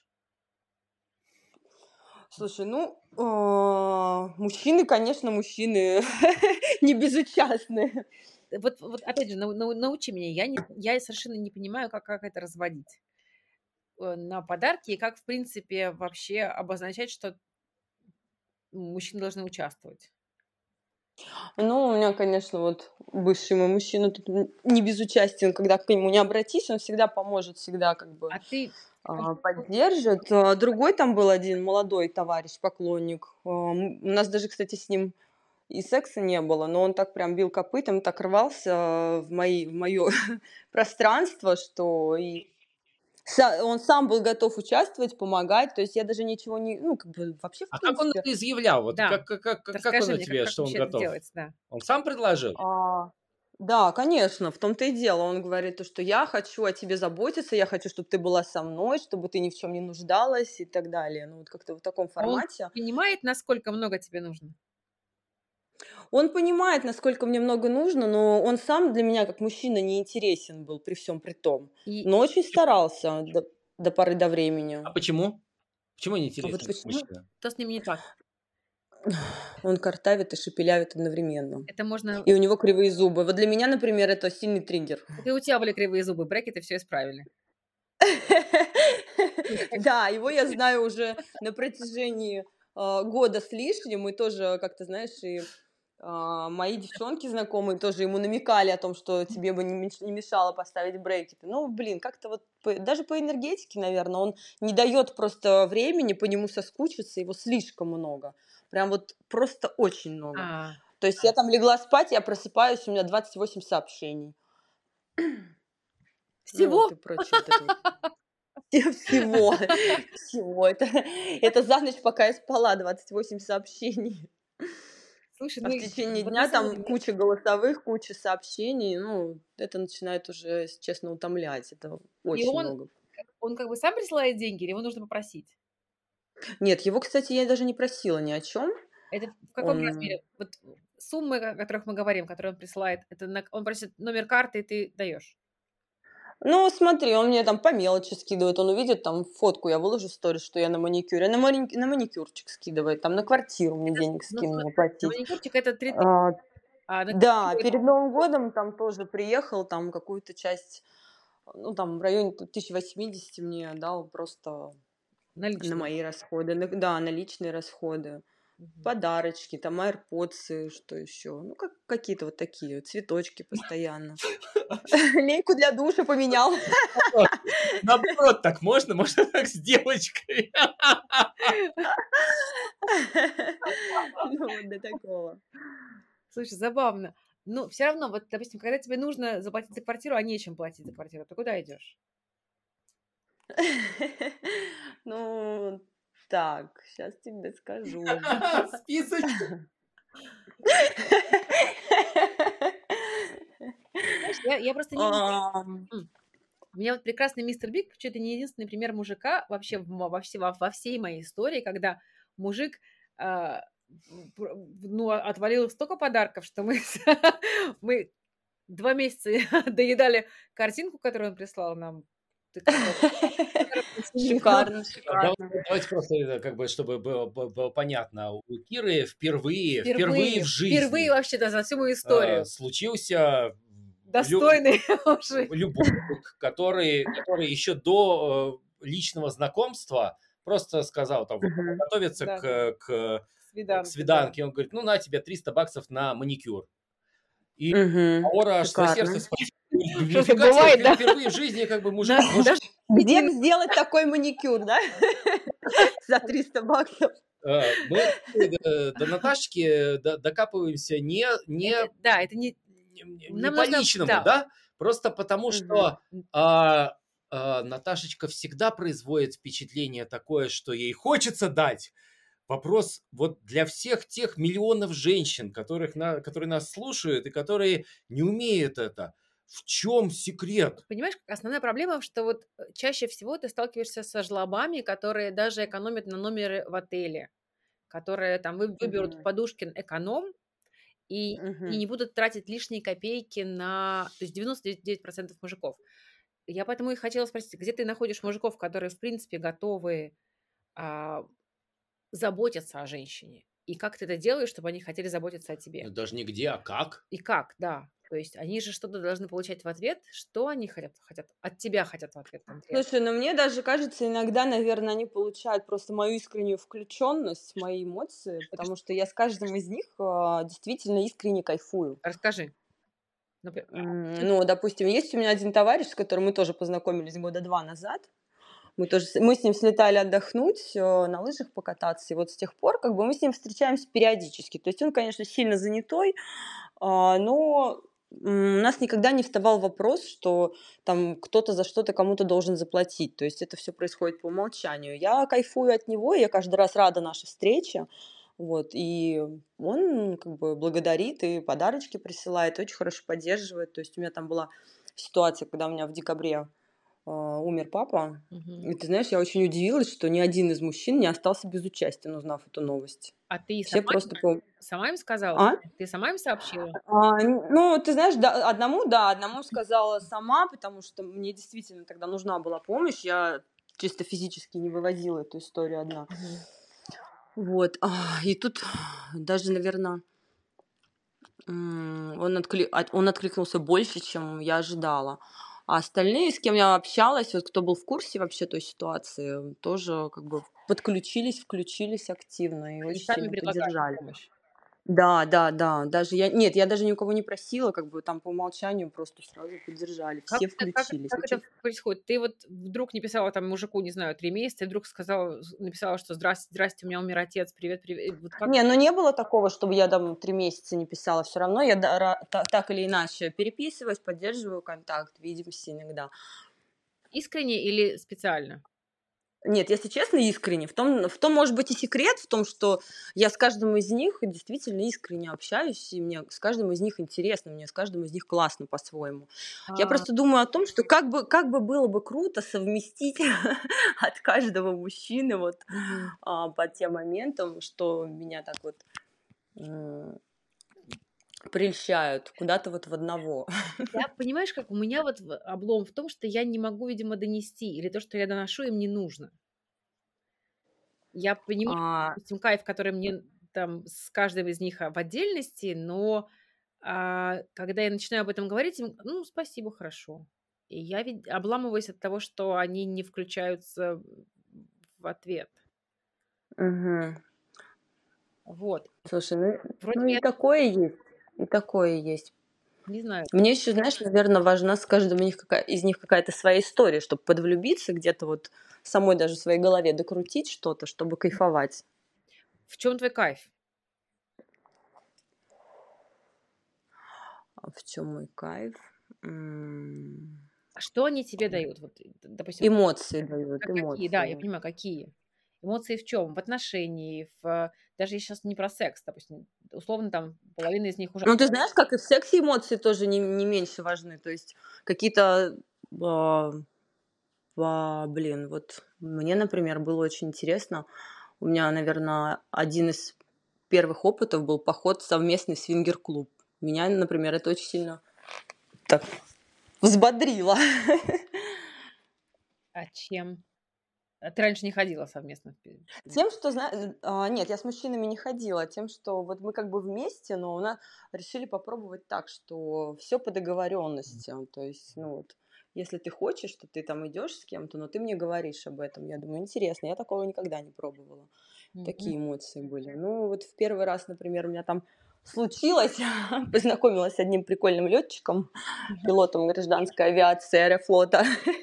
Слушай, ну, а, мужчины, конечно, мужчины не безучастные. Вот, вот опять же, нау- нау- научи меня. Я, не, я совершенно не понимаю, как, как это разводить э, на подарки и как, в принципе, вообще обозначать, что мужчины должны участвовать. Ну, у меня, конечно, вот бывший мой мужчина тут н- не безучастен, когда к нему не обратись, он всегда поможет, всегда как бы. А ты а, поддержит. А, Другой там был один молодой товарищ, поклонник. А, м, У нас даже, кстати, с ним и секса не было, но он так прям бил копытом, так рвался в мои, в мое пространство, что и са- он сам был готов участвовать, помогать. То есть я даже ничего не, ну, как бы вообще, в А как он принципе, это изъявлял? Вот Да. как, как, как, как как он Расскажи на мне, как, тебе, как что он вообще это готов? делается, да. Он сам предложил? А, да, конечно, в том-то и дело. Он говорит, то, что я хочу о тебе заботиться, я хочу, чтобы ты была со мной, чтобы ты ни в чем не нуждалась и так далее. Ну, вот как-то в таком А он формате. понимает, насколько много тебе нужно? Он понимает, насколько мне много нужно, но он сам для меня как мужчина не интересен был при всем при том. И Но очень старался до, до поры до времени. А почему? Почему не А вот интересен почему? мужчина? что с ним не так? Он картавит и шепелявит одновременно. Это можно... И у него кривые зубы. Вот для меня, например, это сильный триггер. Это у тебя были кривые зубы, брекеты все исправили. Да, его я знаю уже на протяжении а, года с лишним, и тоже, как ты знаешь, и а, мои девчонки знакомые тоже ему намекали о том, что тебе бы не меш- не мешало поставить брекеты. Ну, блин, как-то вот по- даже по энергетике, наверное, он не дает просто времени по нему соскучиться, его слишком много. Прям вот просто очень много. А, То есть я там легла спать, я просыпаюсь, у меня двадцать восемь сообщений. Ну вот всего? и прочее вот это вот. Всё- Всего, всего. Это, это за ночь, пока я спала, двадцать восемь сообщений. Слушай, А ну в и течение вот на дня самом там деле, куча голосовых, куча сообщений. Ну, это начинает уже, если честно, утомлять. Это и очень он, много. он как бы сам присылает деньги, или его нужно попросить? Нет, его, кстати, я даже не просила ни о чем. Это в каком Он... размере? Вот суммы, о которых мы говорим, которые он присылает, это на- он просит номер карты, и ты даешь. Ну, смотри, он мне там по мелочи скидывает. Он увидит там фотку, я выложу в сторис, что я на маникюре. На, маник- на маникюрчик скидывает, там на квартиру мне Это, денег ну, на скинул на платить. маникюрчик это три тысячи, А, а на Да, квартиру это перед Новым годом там тоже приехал, там какую-то часть, ну, там в районе т- тысячи восьмидесяти мне дал просто на наличные. мои расходы, на- да, на личные расходы, Мгм. подарочки, там AirPods, что еще, ну, как какие-то вот такие, цветочки постоянно. Лейку для душа поменял. Наоборот, наоборот, так можно? Можно так с девочкой? Ну, вот до такого. Слушай, забавно. Но все равно, вот, допустим, когда тебе нужно заплатить за квартиру, а нечем платить за квартиру, ты куда идешь? Ну, так, сейчас тебе скажу. Списочек. Знаешь, я, я просто не... Ам, М. У меня вот прекрасный мистер Биг, причем это не единственный пример мужика вообще в мо- во, все, во, во всей моей истории, когда мужик а, м, пр- ну, а- отвалил столько подарков, что мы, с- мы два месяца доедали картинку, которую он прислал нам. Ты которая- которая присоединилась. Шикарно, Да, Давайте, шикарно. давайте просто, это, как бы, чтобы было, было- было понятно. У Киры впервые, впервые Впервые, в впервые жизни вообще да, за всю мою э, историю. случился лю- Достойный мужик. любовник, который, который еще до э, личного знакомства просто сказал, там, вот, Мгм. готовится Да, к, к, к свиданки, да. свиданке. Он говорит, ну, на тебе триста баксов на маникюр. И Мгм. Аора аж за сердце Шикарно. схватила. Говорит, Что-то нифига себе, бывает, да? впервые в жизни как бы мужик На- может. даже Где эти- сделать такой маникюр, да? За триста баксов. Э, Мы э, до Наташечки до- докапываемся не, не, это, да, это не... не, не Нам по нужно, личному, да, да? Просто потому Мгм. что а, а, Наташечка всегда производит впечатление такое, что ей хочется дать. Вопрос вот для всех тех миллионов женщин, которых на, которые нас слушают и которые не умеют это. В чем секрет? понимаешь, основная проблема, что вот э, чаще всего ты сталкиваешься со жлобами, которые даже экономят на номере в отеле, которые там вы- выберут Мгм. подушкин эконом и, и Мгм. не будут тратить лишние копейки на... То есть девяносто девять процентов мужиков. Я поэтому и хотела спросить, где ты находишь мужиков, которые, в принципе, готовы а, заботиться о женщине? И как ты это делаешь, чтобы они хотели заботиться о тебе? Даже не где, а как? И как, да. То есть они же что-то должны получать в ответ. Что они хотят, хотят от тебя хотят в ответ конкретно? Слушай, ну мне даже кажется, иногда, наверное, они получают просто мою искреннюю включенность, мои эмоции, Это потому что? что я с каждым из них а, действительно искренне кайфую. Расскажи. Например, М, Ну, допустим, есть у меня один товарищ, с которым мы тоже познакомились года два назад. Мы тоже, с- мы с ним слетали отдохнуть, э, на лыжах покататься, и вот с тех пор как бы мы с ним встречаемся периодически. То есть он, конечно, сильно занятой, а, но м, у нас никогда не вставал вопрос, что там кто-то за что-то кому-то должен заплатить. То есть это все происходит по умолчанию. Я кайфую от него, и я каждый раз рада нашей встрече. Вот, и он как бы благодарит и подарочки присылает, очень хорошо поддерживает. То есть у меня там была ситуация, когда у меня в декабре а, умер папа. Мгм. И ты знаешь, я очень удивилась, что ни один из мужчин не остался без участия, узнав эту новость. А ты Все сама, просто по... сама им сказала? А? Ты сама им сообщила? А, н- ну, ты знаешь, да, одному, да, одному сказала сама, потому что мне действительно тогда нужна была помощь. Я чисто физически не вывозила эту историю одна. Мгм. Вот. а, И тут даже, наверное, он, откли... от- он откликнулся больше, чем я ожидала. А остальные, с кем я общалась, вот кто был в курсе вообще той ситуации, тоже как бы подключились, включились активно и Они очень сами сильно предлагали поддержали. помощь. Да, да, да. Даже я, нет, я даже ни у кого не просила, как бы там по умолчанию просто сразу поддержали, Как все это, как, включились. как это Очень... происходит? Ты вот вдруг не писала там мужику, не знаю, три месяца, и вдруг сказала, с- написала, что здрасте, здрасте, у меня умер отец, привет, привет. И вот как Не, ну не было такого, чтобы я там три месяца не писала. Все равно я да- ра- та- так или иначе переписываюсь, поддерживаю контакт, видимся иногда. искренне или специально? Нет, если честно, искренне. В том, в том, может быть, и секрет, в том, что я с каждым из них действительно искренне общаюсь, и мне с каждым из них интересно, мне с каждым из них классно по-своему. Я А, просто думаю о том, что как бы, как бы было бы круто совместить от каждого мужчины вот мгм. а, по тем моментам, что меня так вот м, прельщают куда-то вот в одного. Я, понимаешь, как у меня вот в- облом в том, что я не могу, видимо, донести, или то, что я доношу, им не нужно. Я понимаю, А, допустим, кайф, который мне там с каждым из них а, в отдельности, но а, когда я начинаю об этом говорить, им, ну, спасибо, хорошо. И я ведь обламываюсь от того, что они не включаются в ответ. мгм. Вот. Слушай, ну, Вроде ну и я такое есть, и такое есть. не знаю. Мне еще, знаешь, наверное, важна с каждым из них, какая, из них какая-то своя история, чтобы подвлюбиться, где-то вот самой даже в своей голове докрутить что-то, чтобы кайфовать. В чем твой кайф? А в чем мой кайф? М, А что они тебе дают? Вот, э, д- допустим, Эмоции дают, как- какие? Да, я эмоции. понимаю, какие. Эмоции в чем? В отношении, в... Даже я сейчас не про секс, допустим. Условно, там, половина из них уже... Ну, ты знаешь, как и в сексе эмоции тоже не, не меньше важны. То есть какие-то, а, а, блин, вот мне, например, было очень интересно. У меня, наверное, один из первых опытов был поход в совместный свингер-клуб. Меня, например, это очень сильно так взбодрило. А чем? А ты раньше не ходила совместно? в пи- в- Тем, что, зна- а, нет, я с мужчинами не ходила, тем, что вот мы как бы вместе, но у нас решили попробовать так, что все по договоренности. То есть, ну вот, если ты хочешь, что ты там идешь с кем-то, но ты мне говоришь об этом. Я думаю, интересно, я такого никогда не пробовала. Мгм. Такие эмоции были. Ну, вот в первый раз, например, у меня там случилось, познакомилась с одним прикольным летчиком, пилотом гражданской авиации Аэрофлота.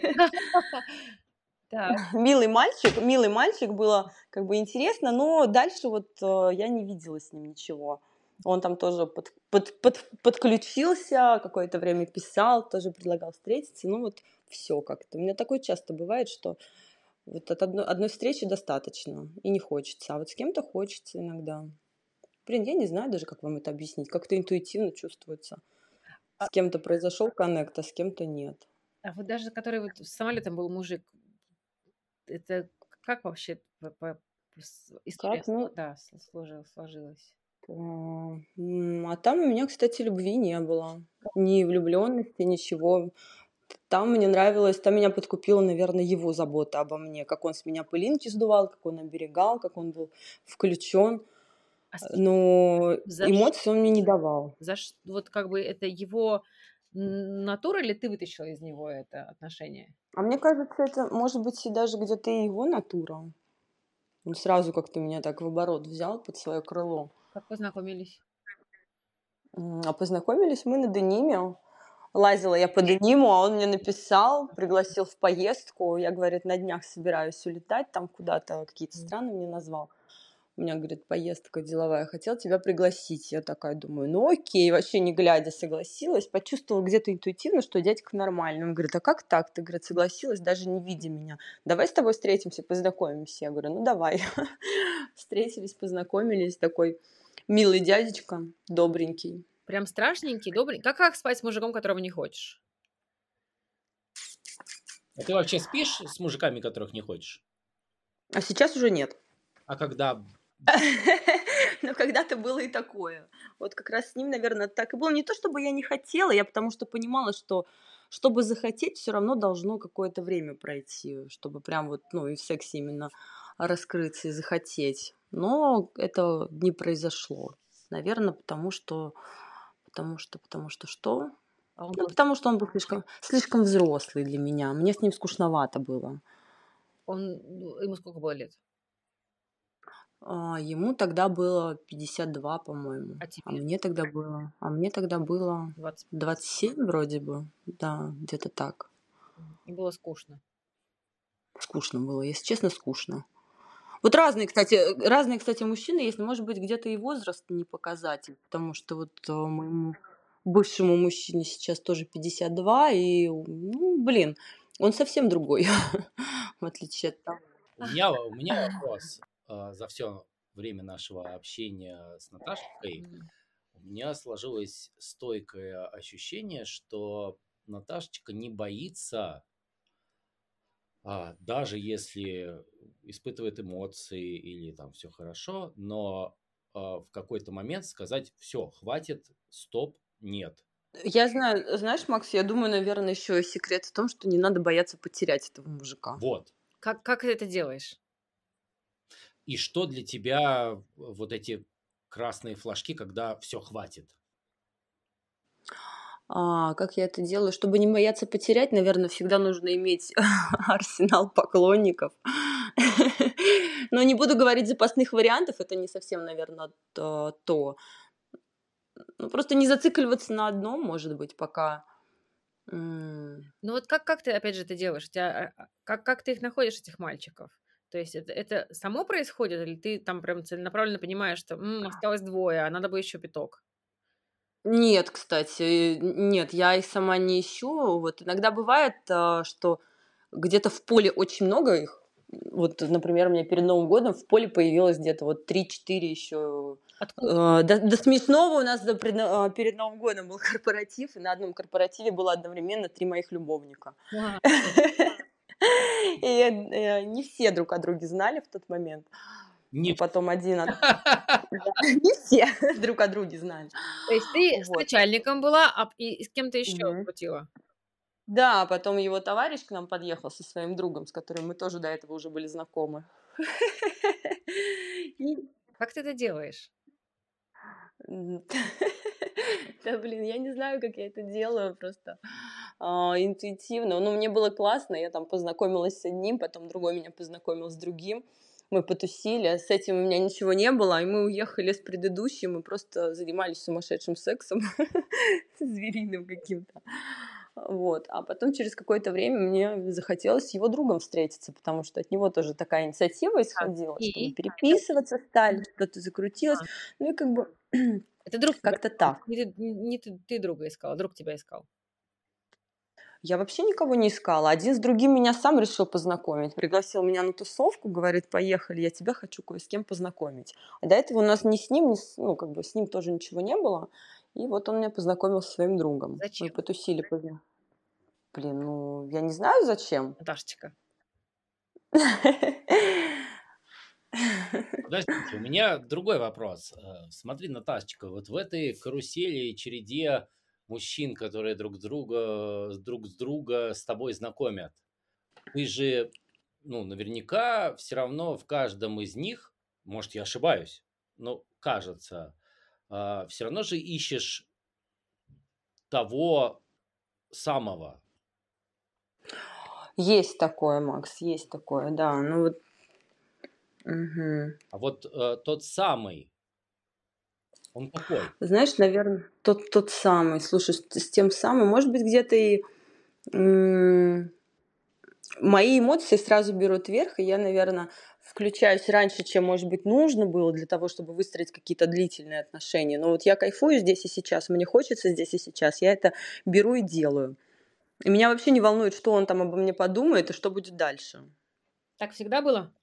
Так. Милый мальчик, милый мальчик, было как бы интересно, но дальше вот э, я не видела с ним ничего. Он там тоже под, под, под- подключился, какое-то время писал, тоже предлагал встретиться. Ну вот все как-то. У меня такое часто бывает, что вот от одной, одной встречи достаточно и не хочется, а вот с кем-то хочется иногда. Блин, я не знаю даже, как вам это объяснить. Как-то интуитивно чувствуется. А, С кем-то произошел коннект, а с кем-то нет. а вот даже который вот с самолетом был мужик, это как вообще по- по- с- история Как? сло- Ну, да, с- сложилась, сложилась? а, м, а там у меня, кстати, любви не было. Ни влюбленности, ничего. Там мне нравилось, там меня подкупила, наверное, его забота обо мне, как он с меня пылинки сдувал, как он оберегал, как он был включен. А с- Но за, ш- эмоций он мне не давал. за ш- вот как бы это его н- натура или ты вытащила из него это отношение? А мне кажется, это может быть и даже где-то и его натура. Он сразу как-то меня так в оборот взял под свое крыло. Как познакомились? М, А познакомились мы на Дениме. лазила я по Дениму, а он мне написал, пригласил в поездку. Я, говорит, на днях собираюсь улетать там куда-то, какие-то М. страны мне назвал. У меня, говорит, поездка деловая, хотел тебя пригласить. Я такая думаю, ну окей, вообще не глядя согласилась. Почувствовала где-то интуитивно, что дядька нормальный. Он говорит, а как так? Ты, говорит, согласилась, даже не видя меня. Давай с тобой встретимся, познакомимся. Я говорю, ну давай. Встретились, познакомились. Такой милый дядечка, добренький. Прям страшненький, добрый. Как, как спать с мужиком, которого не хочешь? А ты вообще спишь с мужиками, которых не хочешь? А сейчас уже нет. А когда... Но когда-то было и такое. Вот как раз с ним, наверное, так и было. Не то чтобы я не хотела, я потому что понимала, что чтобы захотеть, все равно должно какое-то время пройти, чтобы прям вот, ну, и в сексе именно раскрыться и захотеть. Но это не произошло. Наверное, потому что потому что потому что что? А он Ну, был... потому что он был слишком слишком взрослый для меня. Мне с ним скучновато было. Он... ну, ему сколько было лет? А, ему тогда было пятьдесят два, по-моему. А А тебе? мне тогда было а мне тогда было двадцать пять. двадцать семь вроде бы. Да, где-то так. Мгм. И было скучно. Скучно было, если честно, скучно. Вот разные, кстати, э, разные, кстати, мужчины есть, но, может быть, где-то и возраст не показатель, потому что вот, э, моему бывшему мужчине сейчас тоже пятьдесят два, и, ну, блин, он совсем другой, в отличие от того. У меня, у меня вопрос. А, За все время нашего общения с Наташкой М. у меня сложилось стойкое ощущение, что Наташечка не боится, а, даже если испытывает эмоции или там все хорошо, но а, в какой-то момент сказать: все, хватит, стоп, нет. Я знаю, знаешь, Макс, я думаю, наверное, еще секрет в том, что не надо бояться потерять этого мужика. Вот. Как, как ты это делаешь? И что для тебя вот эти красные флажки, когда все хватит? А, как я это делаю? Чтобы не бояться потерять, наверное, всегда нужно иметь арсенал поклонников. Но не буду говорить запасных вариантов, это не совсем, наверное, то. то. Ну, просто не зацикливаться на одном, может быть, пока. М. Ну вот как, как ты, опять же, это делаешь? У тебя, а, а, как, как ты их находишь, этих мальчиков? То есть это, это само происходит, или ты там прям целенаправленно понимаешь, что «М, осталось двое, а надо бы еще пяток»? Нет, кстати, н- нет, я их сама не ищу. Вот иногда бывает, а, что где-то в поле очень много их. Вот, например, у меня перед Новым годом в поле появилось где-то вот три-четыре еще. Откуда? До, до смешного у нас до пред- а, перед Новым годом был корпоратив, и на одном корпоративе было одновременно три моих любовника. А, И э, не все друг о друге знали в тот момент. Не Потом один... от- Да, не все друг о друге знали. То есть ты с Вот. начальником была, а п- и с кем-то еще Мгм. крутила? Да, потом его товарищ к нам подъехал со своим другом, с которым мы тоже до этого уже были знакомы. И, Как ты это делаешь? м, да, блин, я не знаю, как я это делаю, просто а, интуитивно. Ну, мне было классно, я там познакомилась с одним, потом другой меня познакомил с другим. Мы потусили, а с этим у меня ничего не было, и мы уехали с предыдущим, мы просто занимались сумасшедшим сексом, звериным каким-то. Вот. А потом через какое-то время мне захотелось с его другом встретиться, потому что от него тоже такая инициатива Так, исходила, что мы и это, переписываться стали, что-то закрутилось. а, Ну и как бы это друг тебя как-то искал, так. не ты, не ты, ты друга искала, друг тебя искал. Я вообще никого не искала. Один с другим меня сам решил познакомить. Пригласил меня на тусовку, говорит, поехали, я тебя хочу кое с кем познакомить. А до этого у нас ни с ним, ни с, ну, как бы с ним тоже ничего не было. И вот он меня познакомил со своим другом. Мы Зачем, потусили. позна- Блин, ну, я не знаю зачем. Наташечка? Подождите, у меня другой вопрос. Э, Смотри, Наташечка, вот в этой карусели и череде мужчин, которые друг друга, друг с друга с тобой знакомят, ты же, ну, наверняка все равно в каждом из них, может, я ошибаюсь, но кажется, все равно же ищешь того самого. Есть такое, Макс, есть такое, да. Ну вот, мгм. А вот э, тот самый, Он какой? Знаешь, наверное, тот тот самый. Слушай, с с тем самым, может быть, где-то и, м, мои эмоции сразу берут верх, и я, наверно, включаюсь раньше, чем, может быть, нужно было для того, чтобы выстроить какие-то длительные отношения. Но вот я кайфую здесь и сейчас, мне хочется здесь и сейчас, я это беру и делаю. И меня вообще не волнует, что он там обо мне подумает и что будет дальше. Так всегда было?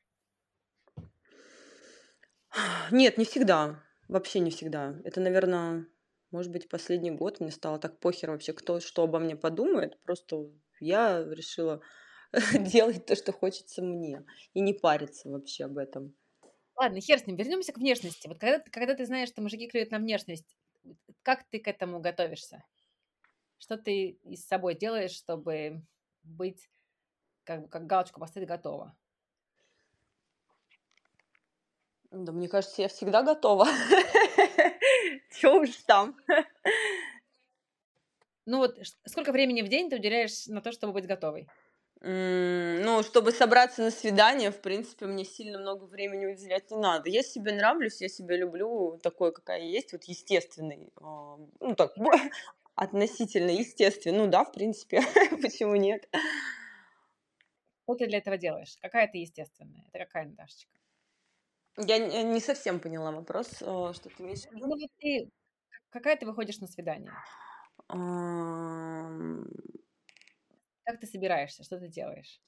Нет, не всегда. Вообще не всегда. Это, наверно, может быть, последний год мне стало так похер вообще, кто что обо мне подумает. Просто я решила делать то, что хочется мне, и не париться вообще об этом. Ладно, хер с ним, вернемся к внешности. Вот когда ты когда ты знаешь, что мужики клюют на внешность, как ты к этому готовишься? Что ты и с собой делаешь, чтобы быть, как бы, как галочку поставить, готова? Да, мне кажется, я всегда готова. Чё уж там. Ну вот ш сколько времени в день ты уделяешь на то, чтобы быть готовой? М, ну, чтобы собраться на свидание, в принципе, мне сильно много времени уделять не надо. Я себе нравлюсь, я себя люблю такой, какая я есть, вот естественной. А, ну так, относительно естественной. Ну да, в принципе, почему нет? Что ты для этого делаешь? Какая ты естественная? Это какая Наташечка? Я не не совсем поняла вопрос, а, что ты имеешь в Ну виду? вот ты, к какая ты выходишь на свидание? Ам. Как ты собираешься? Что ты делаешь?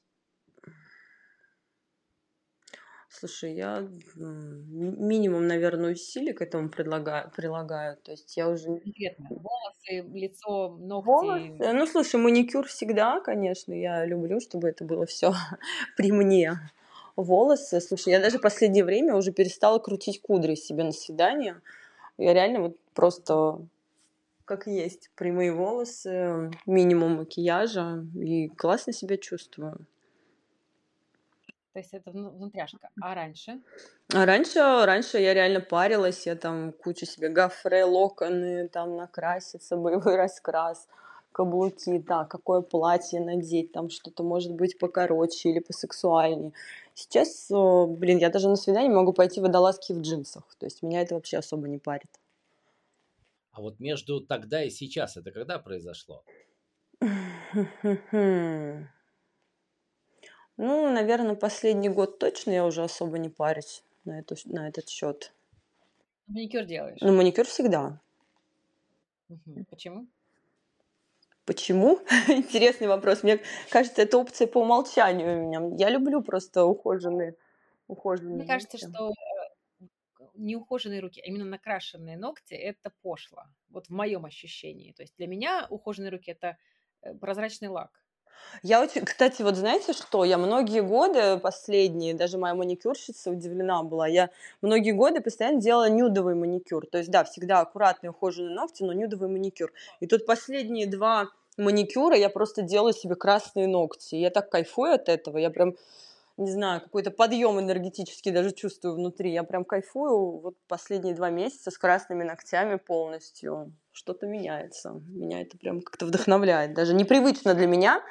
Слушай, я, м, ми минимум, наверно, усилий к этому предлагаю прилагаю. То есть я уже Конкретно: волосы, лицо, Волосы. ногти. Ну, слушай, маникюр всегда, конечно, я люблю, чтобы это было всё при мне. Волосы. Слушай, я даже последнее время уже перестала крутить кудри себе на свидание. Я реально вот просто как есть: прямые волосы, минимум макияжа, и классно себя чувствую. То есть это вну внутряшка. А раньше? А раньше раньше я реально парилась, я там кучу себе гофре, локоны, там накраситься, боевой раскрас, каблуки, так, какое платье надеть, там что-то, может быть, покороче или посексуальнее. Сейчас, э, блин, я даже на свидание могу пойти в водолазке и в джинсах. То есть меня это вообще особо не парит. А вот между тогда и сейчас это когда произошло? Ну, наверно, последний год точно я уже особо не парюсь на эту ш на этот счет. Маникюр делаешь? Ну, маникюр всегда. Мгм. Почему? Почему? Интересный вопрос. Мне кажется, это опция по умолчанию у меня. Я люблю просто ухоженные Мне ухоженные кажется, ногти. что, э, неухоженные руки, а именно накрашенные ногти- это пошло. Вот в моем ощущении. То есть для меня ухоженные руки- это, э, прозрачный лак. Я очень кстати, вот знаете что? Я многие годы последние, даже моя маникюрщица удивлена была, я многие годы постоянно делала нюдовый маникюр. То есть да, всегда аккуратные ухоженные ногти, но нюдовый маникюр. И тут последние два маникюра я просто делаю себе красные ногти. Я так кайфую от этого. Я прям, не знаю, какой-то подъем энергетический даже чувствую внутри. Я прям кайфую вот последние два месяца с красными ногтями полностью. Что-то меняется. Меня это прям как-то вдохновляет. Даже непривычно для меня.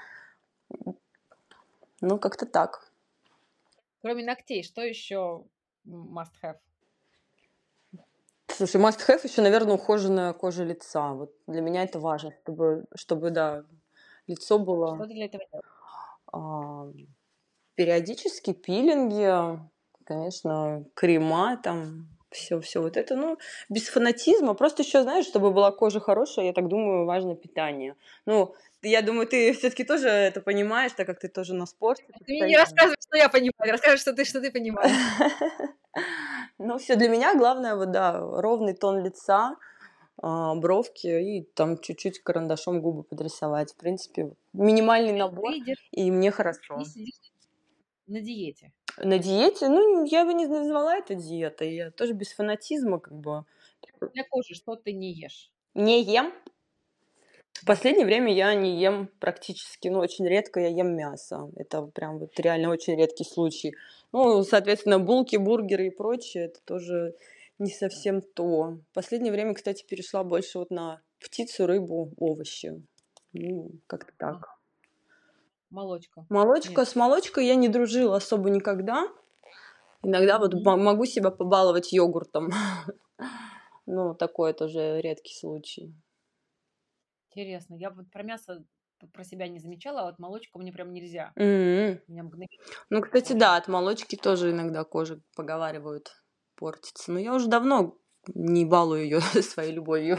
Ну, как-то так. Кроме ногтей, что еще м must have? Слушай, must have еще, наверно, ухоженная кожа лица. Вот для меня это важно, чтобы чтобы, да, лицо Что было ты для этого делаешь? Ам, периодически пилинги, конечно, крема там, всё всё вот это. Ну, без фанатизма. Просто еще, знаешь, чтобы была кожа хорошая, я так думаю, важно питание. Ну, я думаю, ты всё-таки тоже это понимаешь, так как ты тоже на спорте Ты мне не постоянно. рассказывай, что я понимаю, рассказывай, что ты что ты понимаешь. Ну, всё, для меня главное, вот да, ровный тон лица, а, бровки и там чуть-чуть карандашом губы подрисовать. В принципе, минимальный набор, Ты де и мне не хорошо. сидишь на диете? На диете? Ну, я бы не назвала это диетой. Я тоже без фанатизма как бы. Для кожи что ты не ешь? Не ем. В Да. последнее время я не ем практически, ну, очень редко я ем мясо. Это прям вот реально очень редкий случай. Ну, соответственно, булки, бургеры и прочее- это тоже не совсем то. В последнее время, кстати, перешла больше вот на птицу, рыбу, овощи. Ну, как-то А. так. Молочка. Молочка. Нет. С молочкой я не дружила особо никогда. Иногда вот Мгм. мо могу себя побаловать йогуртом. ну, такой тоже редкий случай. Интересно. Я вот про мясо п про себя не замечала, а вот молочку мне прям нельзя. М. У меня мгновенно Ну, кстати, кожа. да, от молочки тоже иногда кожа, поговаривают, портится. Но я уже давно не балую её своей любовью.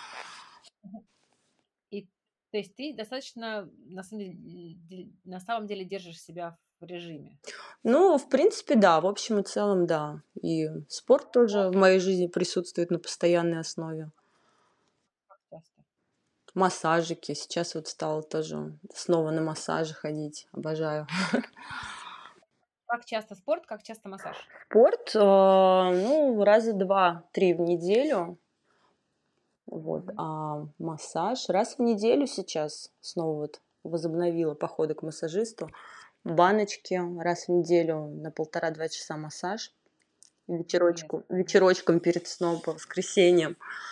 И то есть ты достаточно, на самом деле, дель на самом деле держишь себя в режиме? Ну, в принципе, да, в общем и целом, да. И спорт тоже Спорт? в моей жизни присутствует на постоянной основе. Как часто? Массажики. Сейчас вот стала тоже снова на массажи ходить. Обожаю. Как часто спорт, как часто массаж? Спорт, а, ну, раза два-три в неделю. Вот, Мгм. а массаж раз в неделю сейчас снова вот возобновила походы к массажисту. Баночки раз в неделю на полтора-два часа массаж. Вечерочку Интересно. вечерочком перед сном по воскресеньям.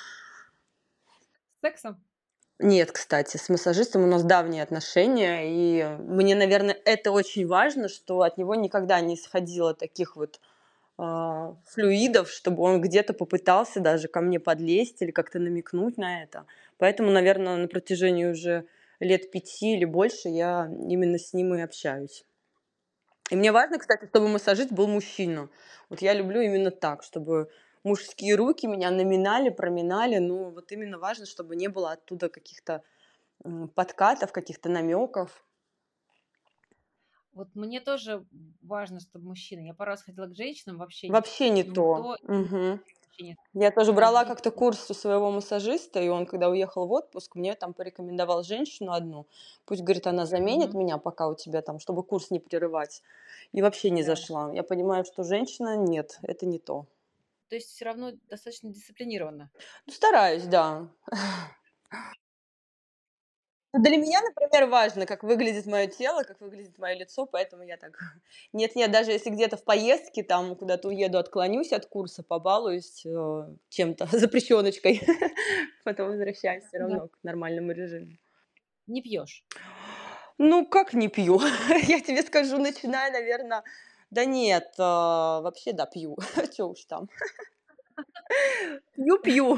С сексом? Нет, кстати, с массажистом у нас давние отношения, и мне, наверно, это очень важно, что от него никогда не исходило таких вот, а, флюидов, чтобы он где-то попытался даже ко мне подлезть или как-то намекнуть на это. Поэтому, наверно, на протяжении уже лет пяти или больше я именно с ним и общаюсь. И мне важно, кстати, чтобы массажист был мужчина. Вот я люблю именно так, чтобы мужские руки меня наминали, проминали. Ну, вот именно важно, чтобы не было оттуда каких-то, м, подкатов, каких-то намёков. Вот мне тоже важно, чтобы мужчина. Я пару раз ходила к женщинам, вообще Вообще не не то. то, и Мгм. вообще не Я тоже брала Иди как-то курс у своего массажиста, и он, когда уехал в отпуск, мне там порекомендовал женщину одну. Пусть, говорит, она заменит Мгм. меня, пока у тебя там, чтобы курс не прерывать. И вообще не Да. зашла. Я понимаю, что женщина- нет, это не то. То есть всё равно достаточно дисциплинированно? Ну, стараюсь, да. Для меня, например, важно, как выглядит моё тело, как выглядит моё лицо, поэтому я так нет-нет, даже если где-то в поездке, там куда-то уеду, отклонюсь от курса, побалуюсь, э, чем-то, запрещёночкой, потом возвращаюсь всё Да. равно к нормальному режиму. Не пьёшь? Ну, как не пью? Я тебе скажу, начиная, наверно да нет, а, вообще, да, пью. Чё уж там. Пью-пью.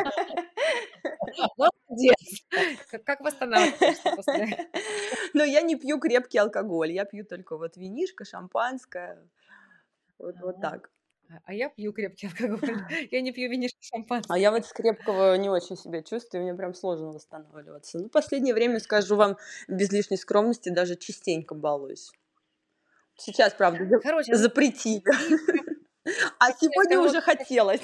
Молодец! Как как восстанавливаешься после? Но я не пью крепкий алкоголь. Я пью только вот винишко, шампанское. Вот вот А. так. А а я пью крепкий алкоголь. Я не пью винишко, А я вот шампанское. с крепкого не очень себя чувствую, мне прям сложно восстанавливаться. Ну, последнее время, скажу вам без лишней скромности, даже частенько балуюсь. Сейчас, правда, за Короче, ну запретили, ты прям а как я сегодня сказала, уже как хотелось.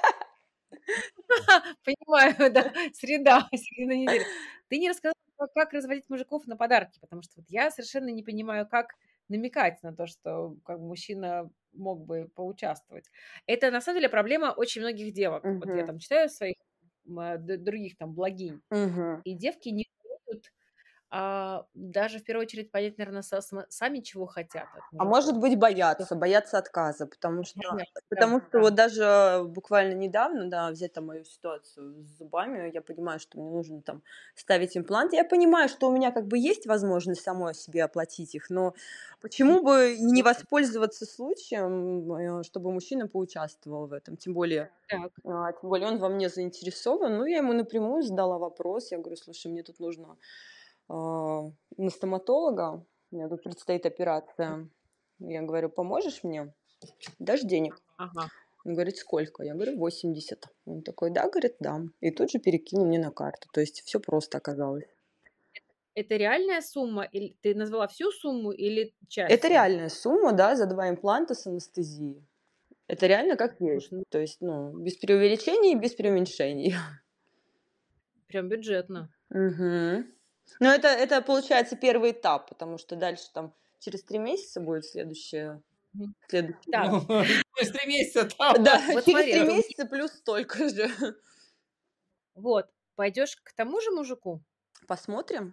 Понимаю, да, среда, середина недели. Ты не рассказала, как как разводить мужиков на подарки, потому что вот я совершенно не понимаю, как намекать на то, что как бы мужчина мог бы поучаствовать. Это на самом деле проблема очень многих девок. Вот я Мгм. там читаю своих, м, д других там блогинь, Мгм. и девки не умеют, а, даже в первую очередь понять, наверно, са сма сами чего хотят от А может мужиков. быть, Что боятся, боятся отказа, потому что Например, да, потому что да. вот даже буквально недавно, да, взять там мою ситуацию с зубами, я понимаю, что мне нужно там ставить импланты. Я понимаю, что у меня как бы есть возможность самой себе оплатить их, но почему бы и не воспользоваться случаем, э, чтобы мужчина поучаствовал в этом? Тем более, Так. а, тем более он во мне заинтересован. Ну, я ему напрямую задала вопрос. Я говорю: "Слушай, мне тут нужно, а, на стоматолога, у меня тут предстоит операция". Я говорю: "Поможешь мне? Дашь денег?" Ага. Он говорит: "Сколько?" Я говорю: "восемьдесят". Он такой: "Да,- говорит,- дам". И тут же перекинул мне на карту. То есть всё просто оказалось. Это реальная сумма или ты назвала всю сумму или часть Это суммы? реальная сумма, да, за два импланта с анестезией. Это реально как есть. Слушай, ну То есть, ну, без преувеличений и без преуменьшений. Прям бюджетно. Мгм. Но это это, получается, первый этап, потому что дальше там через три месяца будет следующее Мгм. следующий Так. этап. Ну, через три месяца там Да, Вот через смотри, три это у ме месяца плюс столько же. Вот. Пойдёшь к тому же мужику? Посмотрим.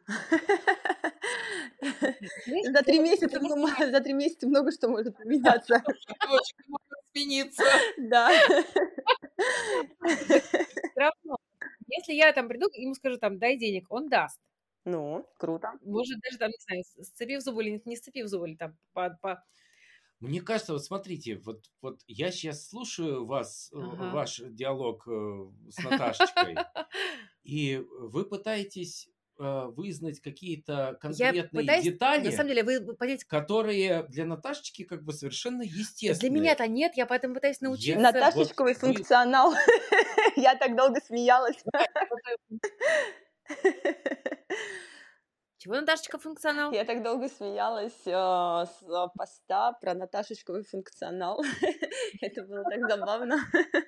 Знаешь, За я три вот месяца если мно за три месяца много что может поменяться. Очень может смениться. Да. Всё равно, если я там приду, ему скажу там: "Дай денег", он даст. Ну, круто. Может, даже там, не знаю, с сцепив зубы или не сцепив зубы, или там по по Мне кажется, вот смотрите, вот, вот я сейчас слушаю вас, э, Ага. ваш диалог э, с Наташечкой, и вы пытаетесь э, вызнать какие-то Я конкретные пытаюсь, на детали, самом деле, вы вы понять, которые для Наташечки как бы совершенно да для естественные. меня-то нет, я поэтому пытаюсь Я научиться. вот Наташечковый вы... функционал. Я так долго смеялась. Да, я пытаюсь. Чего, Наташечка, функционал? Я так долго смеялась э, с э, поста про Наташечковый функционал. Это было так забавно.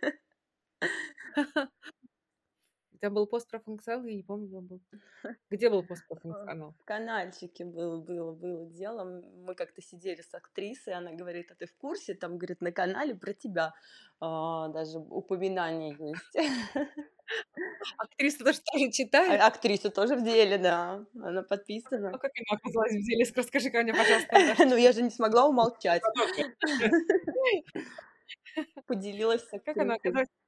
Это был пост про функционал, я не помню, где он был. Где был пост про Э, функционал? В канальчике было, было, было дело. Мы как-то сидели с актрисой, она говорит, а ты в курсе? Там, говорит, на канале про тебя а, даже упоминание есть. Актриса тоже тоже А читает? актриса тоже в деле, да. Она А подписана. как она оказалась в деле? Расскажи-ка мне, пожалуйста, Наташечка. Ну, я же не смогла умолчать. Поделилась с Как она актрисой. оказалась?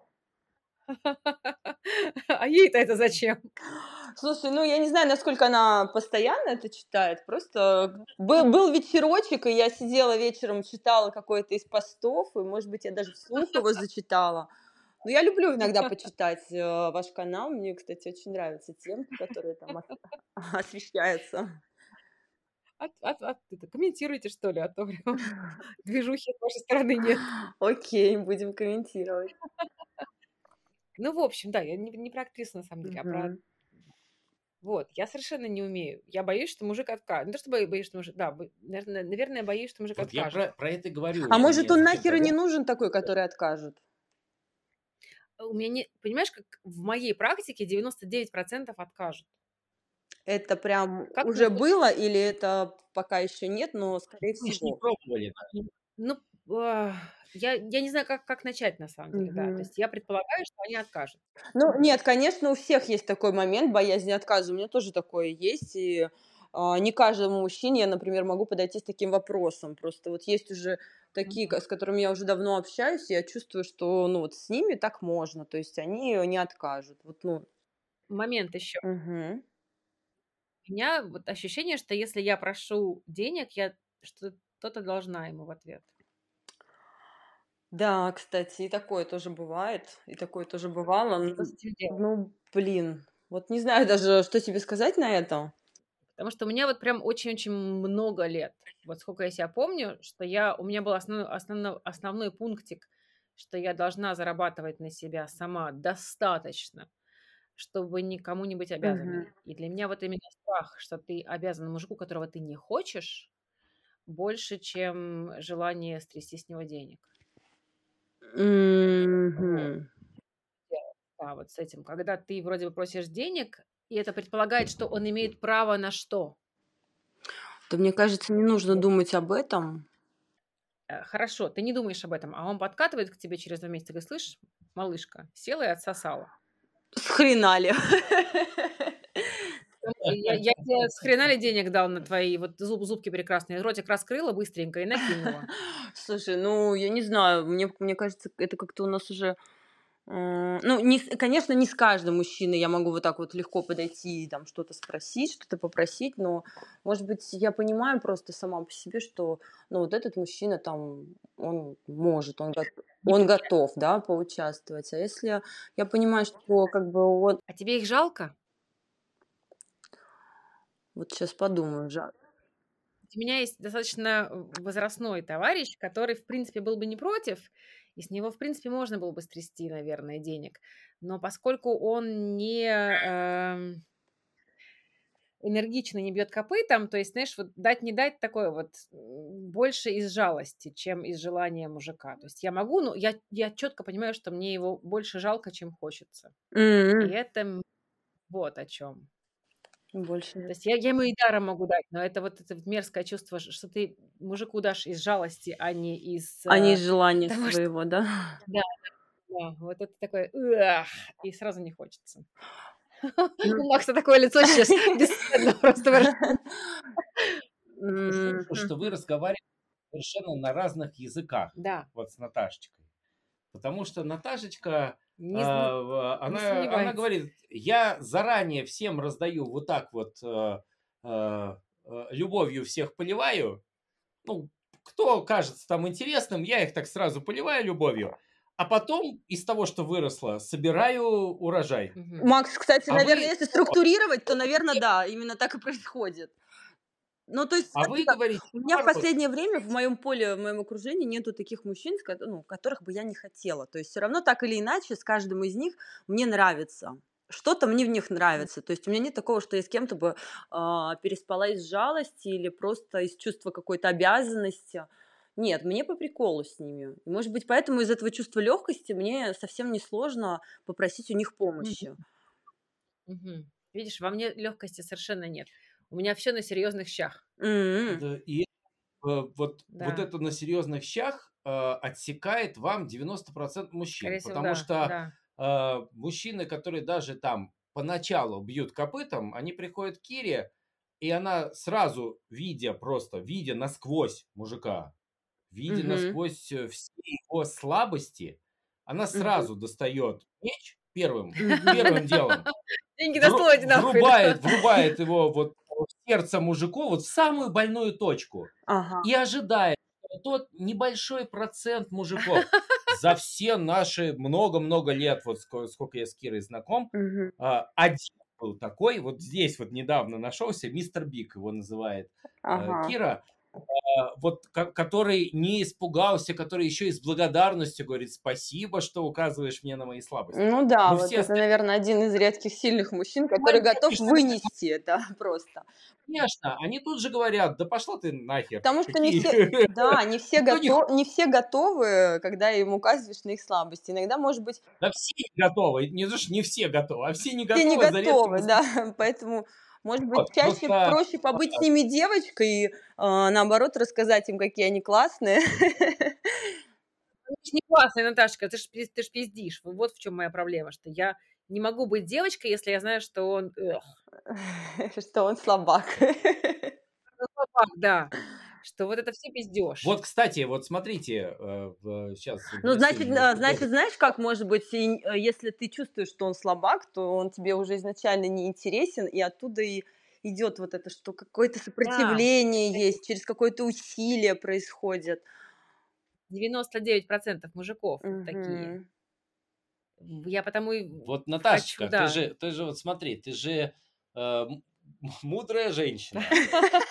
А ей-то это зачем? Слушай, ну я не знаю, насколько она постоянно это читает. Просто был, был вечерочек, и я сидела вечером, читала какой-то из постов, и, может быть, я даже вслух его зачитала. Но я люблю иногда почитать э, ваш канал. Мне, кстати, очень нравятся темы, которые там ос- освещаются. От, от, от, это, комментируйте, что ли, а то прям движухи с вашей стороны нет. Окей, будем комментировать. Ну, в общем, да, я не, не про актрису, на самом деле, а про... Мгм. Вот, я совершенно не умею. Я боюсь, что мужик откажет. Не то, что бо- боюсь, что мужик... Да, бо- наверное, наверное, боюсь, что мужик Вот я откажет. про, про это и говорю. А Я может, не он зачем нахер и того. не нужен такой, который откажет? У меня не... Понимаешь, как в моей практике девяносто девять процентов откажут. Это прям Как ты уже вот... было или это пока еще нет, но скорее Вы ж не всего? пробовали. Да? Ну, а, я, я не знаю, как, как начать, на самом деле, да. То Мгм. есть я предполагаю, что они откажут. Ну, нет, конечно, у всех есть такой момент боязни отказа. У меня тоже такое есть. И а, не каждому мужчине я, например, могу подойти с таким вопросом. Просто вот есть уже такие, Мгм. ко- с которыми я уже давно общаюсь, и я чувствую, что ну вот с ними так можно. То есть они не откажут. Вот, ну. Момент еще. Мгм. У меня вот ощущение, что если я прошу денег, я что-то должна ему в ответ. Да, кстати, и такое тоже бывает, и такое тоже бывало. Что с Н- этим делать? Ну, блин, вот не знаю даже, что тебе сказать на это. Потому что у меня вот прям очень-очень много лет, вот сколько я себя помню, что я, у меня был основной, основной, основной пунктик, что я должна зарабатывать на себя сама достаточно, чтобы никому не быть Мгм. обязанной. И для меня вот именно страх, что ты обязан мужику, которого ты не хочешь, больше, чем желание стрясти с него денег. Вот. Мгм. Да, вот с этим. Когда ты вроде бы просишь денег, и это предполагает, что он имеет право на что? Да мне кажется, не нужно Вот. думать об этом. Э, Хорошо, ты не думаешь об этом, а он подкатывает к тебе через два месяца и говорит, слышь, малышка, села и отсосала. Схренали. Я, я тебе с хрена ли денег дал на твои вот зуб, зубки прекрасные, ротик раскрыла быстренько и накинула. Слушай, ну, я не знаю, мне, мне кажется, это как-то у нас уже... м, Ну, не, с- конечно, не с каждым мужчиной я могу вот так вот легко подойти и там что-то спросить, что-то попросить, но, может быть, я понимаю просто сама по себе, что, ну, вот этот мужчина там, он может, он, го- Не он поучаствуй. готов, да, поучаствовать. А если я понимаю, что как бы он... А тебе их жалко? Вот сейчас подумаю, жаль. У меня есть достаточно возрастной товарищ, который, в принципе, был бы не против, и с него, в принципе, можно было бы стрясти, наверное, денег. Но поскольку он не эм, энергично не бьет копытом, то есть, знаешь, вот дать не дать такое вот м, больше из жалости, чем из желания мужика. То есть я могу, но я, я четко понимаю, что мне его больше жалко, чем хочется. И М, это м, вот о чем. Больше. То есть я, я ему и даром могу дать, но это вот это вот мерзкое чувство, ш- что ты мужику дашь из жалости, а не из А не э, из желания того, что... своего, да? Да, да, вот это такое, «Ах», и сразу не хочется. Ну. У Макса такое лицо сейчас бесценно просто выражает. М, Что вы разговариваете совершенно на разных языках Да, вот с Наташечкой. Потому что Наташечка, не, с- не, а, в- не она, она сомневается. говорит, я заранее всем раздаю вот так вот, э, э, э, любовью всех поливаю, ну, кто кажется там интересным, я их так сразу поливаю любовью, а потом из того, что выросло, собираю урожай. Мгм. Макс, кстати, А наверное, вы если что? структурировать, то, наверное, да, именно так и происходит. Ну, то есть, А смотри вы как, говорите у меня в наоборот. последнее время в моем поле, в моем окружении нету таких мужчин, с кото ну, которых бы я не хотела. То есть всё равно так или иначе с каждым из них мне нравится. Что-то мне в них М. нравится. То есть у меня нет такого, что я с кем-то бы, а, переспала из жалости или просто из чувства какой-то обязанности. Нет, мне по приколу с ними. И, может быть, поэтому из этого чувства лёгкости мне совсем несложно попросить у них Мгм. помощи. Мгм. Видишь, во мне лёгкости совершенно нет. У меня всё на серьёзных щах. М. Да, и, э, вот вот Да. это на серьезных щах, э, отсекает вам девяносто процентов мужчин. Скорее всего, Потому да, что, да. э, мужчины, которые даже там поначалу бьют копытом, они приходят к Кире, и она сразу, видя просто, видя насквозь мужика, видя Мгм. насквозь, э, все его слабости, она Мгм. сразу достает меч первым Мгм. первым делом, Деньги вру достала, иди нахуй, врубает да. врубает его вот в сердце мужику, вот в самую больную точку, Ага. и ожидает, что тот небольшой процент мужиков за все наши много-много лет, вот ско сколько я с Кирой знаком, Мгм. а, один был такой, вот здесь вот недавно нашелся, мистер Биг его называет, э, Ага. Кира, а, вот ко который не испугался, который еще и с благодарностью говорит: "Спасибо, что указываешь мне на мои слабости". Ну да, Мы вот все это, остальные наверно, один из редких сильных мужчин, который готов Конечно, вынести это просто. конечно, они тут же говорят: "Да пошла ты нахер". Потому что не Какие все да, не все никто не хо гото не все готовы, когда им указываешь на их слабости. Иногда, может быть Да все не готовы, не то что не все готовы, а все не все не готовы, за редким готовы, да. исключением. Поэтому, может быть, Вот, чаще просто, проще побыть с а ними девочкой и, а, наоборот, рассказать им, какие они классные. Они ж не классные, Наташка, ты ж пи ты ж пиздишь. Вот в чём моя проблема, что я не могу быть девочкой, если я знаю, что он, эх. Что он слабак. Что слабак, да. Что вот это всё пиздёж. Вот, кстати, вот смотрите, э, в щас Ну, внесу значит, на немножко значит, вводных. знаешь, как может быть, и нь если ты чувствуешь, что он слабак, то он тебе уже изначально не интересен, и оттуда и идёт вот это, что какое-то Да. сопротивление есть, через какое-то усилие происходит. девяносто девять процентов мужиков вот такие. Мгм. В я потому и Вот, хочу, Наташечка, ты да. же ты же вот смотри, ты же, э, м мудрая женщина.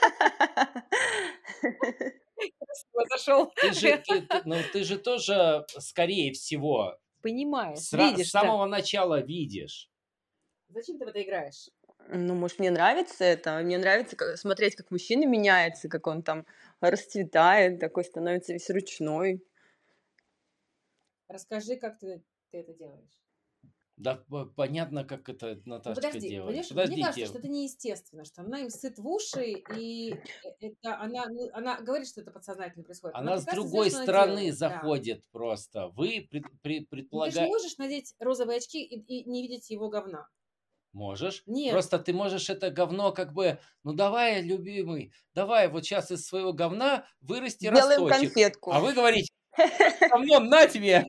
Красиво зашёл. Ты же ты ты ну, ты же тоже, скорее всего, Понимаешь, с ра с видишь, да. самого начала видишь. Зачем ты в это играешь? Ну, может, мне нравится это. Мне нравится ка смотреть, как мужчина меняется, как он там расцветает, такой становится весь ручной. Расскажи, как ты ты это делаешь. Да по понятно, как это Ну, Наташечка подожди, делает. понимаешь, мне кажется, Подождите. что это неестественно, что она им сыт в уши, и э это она, ну, она говорит, что это подсознательно происходит. Она Она с прекрасно знает, другой что она стороны делает, да. заходит просто. Вы пред пред Ну, ты ж не предполага можешь надеть розовые очки и и не видеть его говна. Можешь. Нет. Просто ты можешь это говно как бы: "Ну, давай, любимый, давай вот щас из своего говна вырасти Сделаем росточек". конфетку. А вы говорите: "Говно, на тебе!"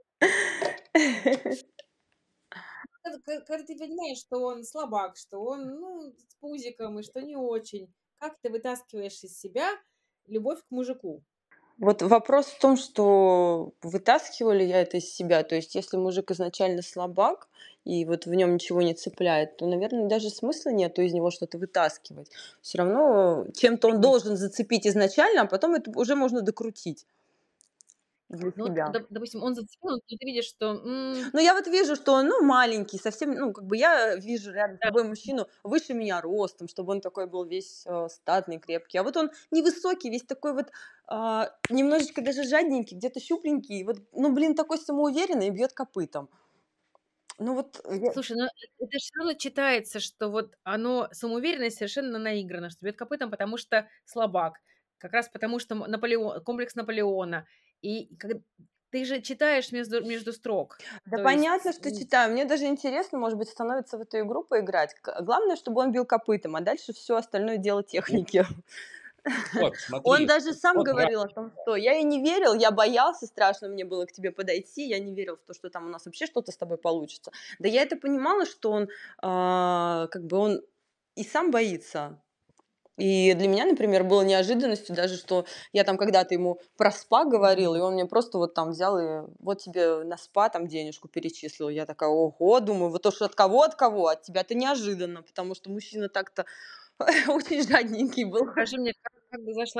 Когда ка когда ты понимаешь, что он слабак, что он, ну, с пузиком и что не очень, как ты вытаскиваешь из себя любовь к мужику? Вот вопрос в том, что вытаскиваю ли я это из себя. То есть если мужик изначально слабак и вот в нём ничего не цепляет, то, наверно, даже смысла нету из него что-то вытаскивать. Всё равно чем-то он должен зацепить изначально, а потом это уже можно докрутить для Ну вот, себя. доп допустим, он зацепил, и ты видишь, что, м Ну, я вот вижу, что он, ну, маленький, совсем, ну, как бы я вижу рядом с Да. собой мужчину выше меня ростом, чтобы он такой был весь, э, статный, крепкий. А вот он невысокий, весь такой вот, а, немножечко даже жадненький, где-то щупленький. Вот, ну, блин, такой самоуверенный и бьёт копытом. Ну вот я Слушай, ну, э это ж всё равно читается, что вот оно самоуверенность совершенно наигранно, что бьёт копытом, потому что слабак, как раз потому что м Наполео комплекс Наполеона. И когд ты же читаешь между между строк. Да То есть, понятно, что м читаю. Мне даже интересно, может быть, становится в эту игру поиграть. К главное, чтобы он бил копытом, а дальше всё остальное дело Вот. техники. Вот, Он смотри, даже сам вот говорил о том, что: "Я и не верил, я боялся, страшно мне было к тебе подойти, я не верил в то, что там у нас вообще что-то с тобой получится". Да я это понимала, что он, а, как бы он и сам боится. И для меня, например, было неожиданностью даже, что я там когда-то ему про спа говорила, и он мне просто вот там взял и вот тебе на спа там денежку перечислил. Я такая, ого, думаю, вот уж от кого, от кого, от тебя-то неожиданно, потому что мужчина так-то очень жадненький был. Скажи мне, как, как бы зашла,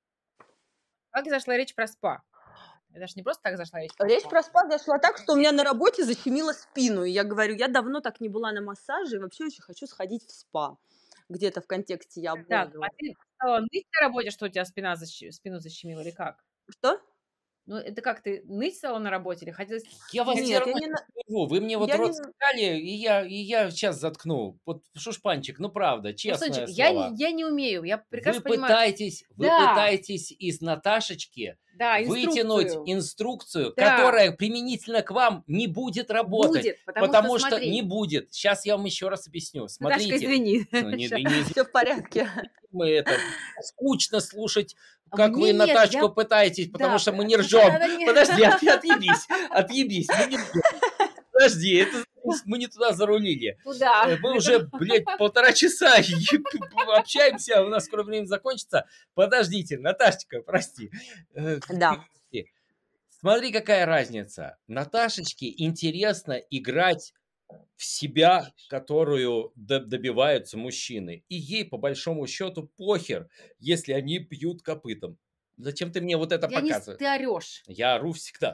как зашла речь про спа? Это же не просто так зашла речь про Речь спа. про спа зашла так, что у меня на работе защемило спину. И я говорю, я давно так не была на массаже, и вообще очень хочу сходить в спа. Где-то в контексте я Так, а обмолвила. ты стала ныть на работе, что у тебя спина защи- спину защемила, или как? Что? Ну, это как, ты ныть стала на работе, или хотелось... Я вас все Нет, я равно не... не на- пойму. Вы мне вот Я рот не... сказали, и я, и я сейчас заткну. Вот шушпанчик, ну правда, Ну, честное Сонечка, я, слово. не- я не умею, я Вы прекрасно понимаю. пытаетесь, вы Да, пытаетесь из Наташечки да, вытянуть инструкцию. инструкцию, Да, которая применительно к вам не будет работать, будет, потому что потому что не смотри, будет. Сейчас я вам еще раз объясню. Наташка, Смотрите, извини. ну, не, Ща. не извините, Все в порядке. мы это скучно слушать, А как мне вы нет, Наташку я... пытаетесь, потому Да, что мы а- не а- ржем. а- не- Подожди, от- отъебись, отъебись, мы не ржем. Подожди, это мы не туда зарулили. Туда. Э, Мы уже, блядь, полтора часа общаемся, у нас скоро время закончится. Подождите, Наташечка, прости. Э, Да. Смотри, какая разница. Наташечке интересно играть в себя, которую д- добиваются мужчины. И ей, по большому счету, похер, если они бьют копытом. Зачем ты мне вот это Я не... с- показываешь? Ты орешь. Я ору всегда.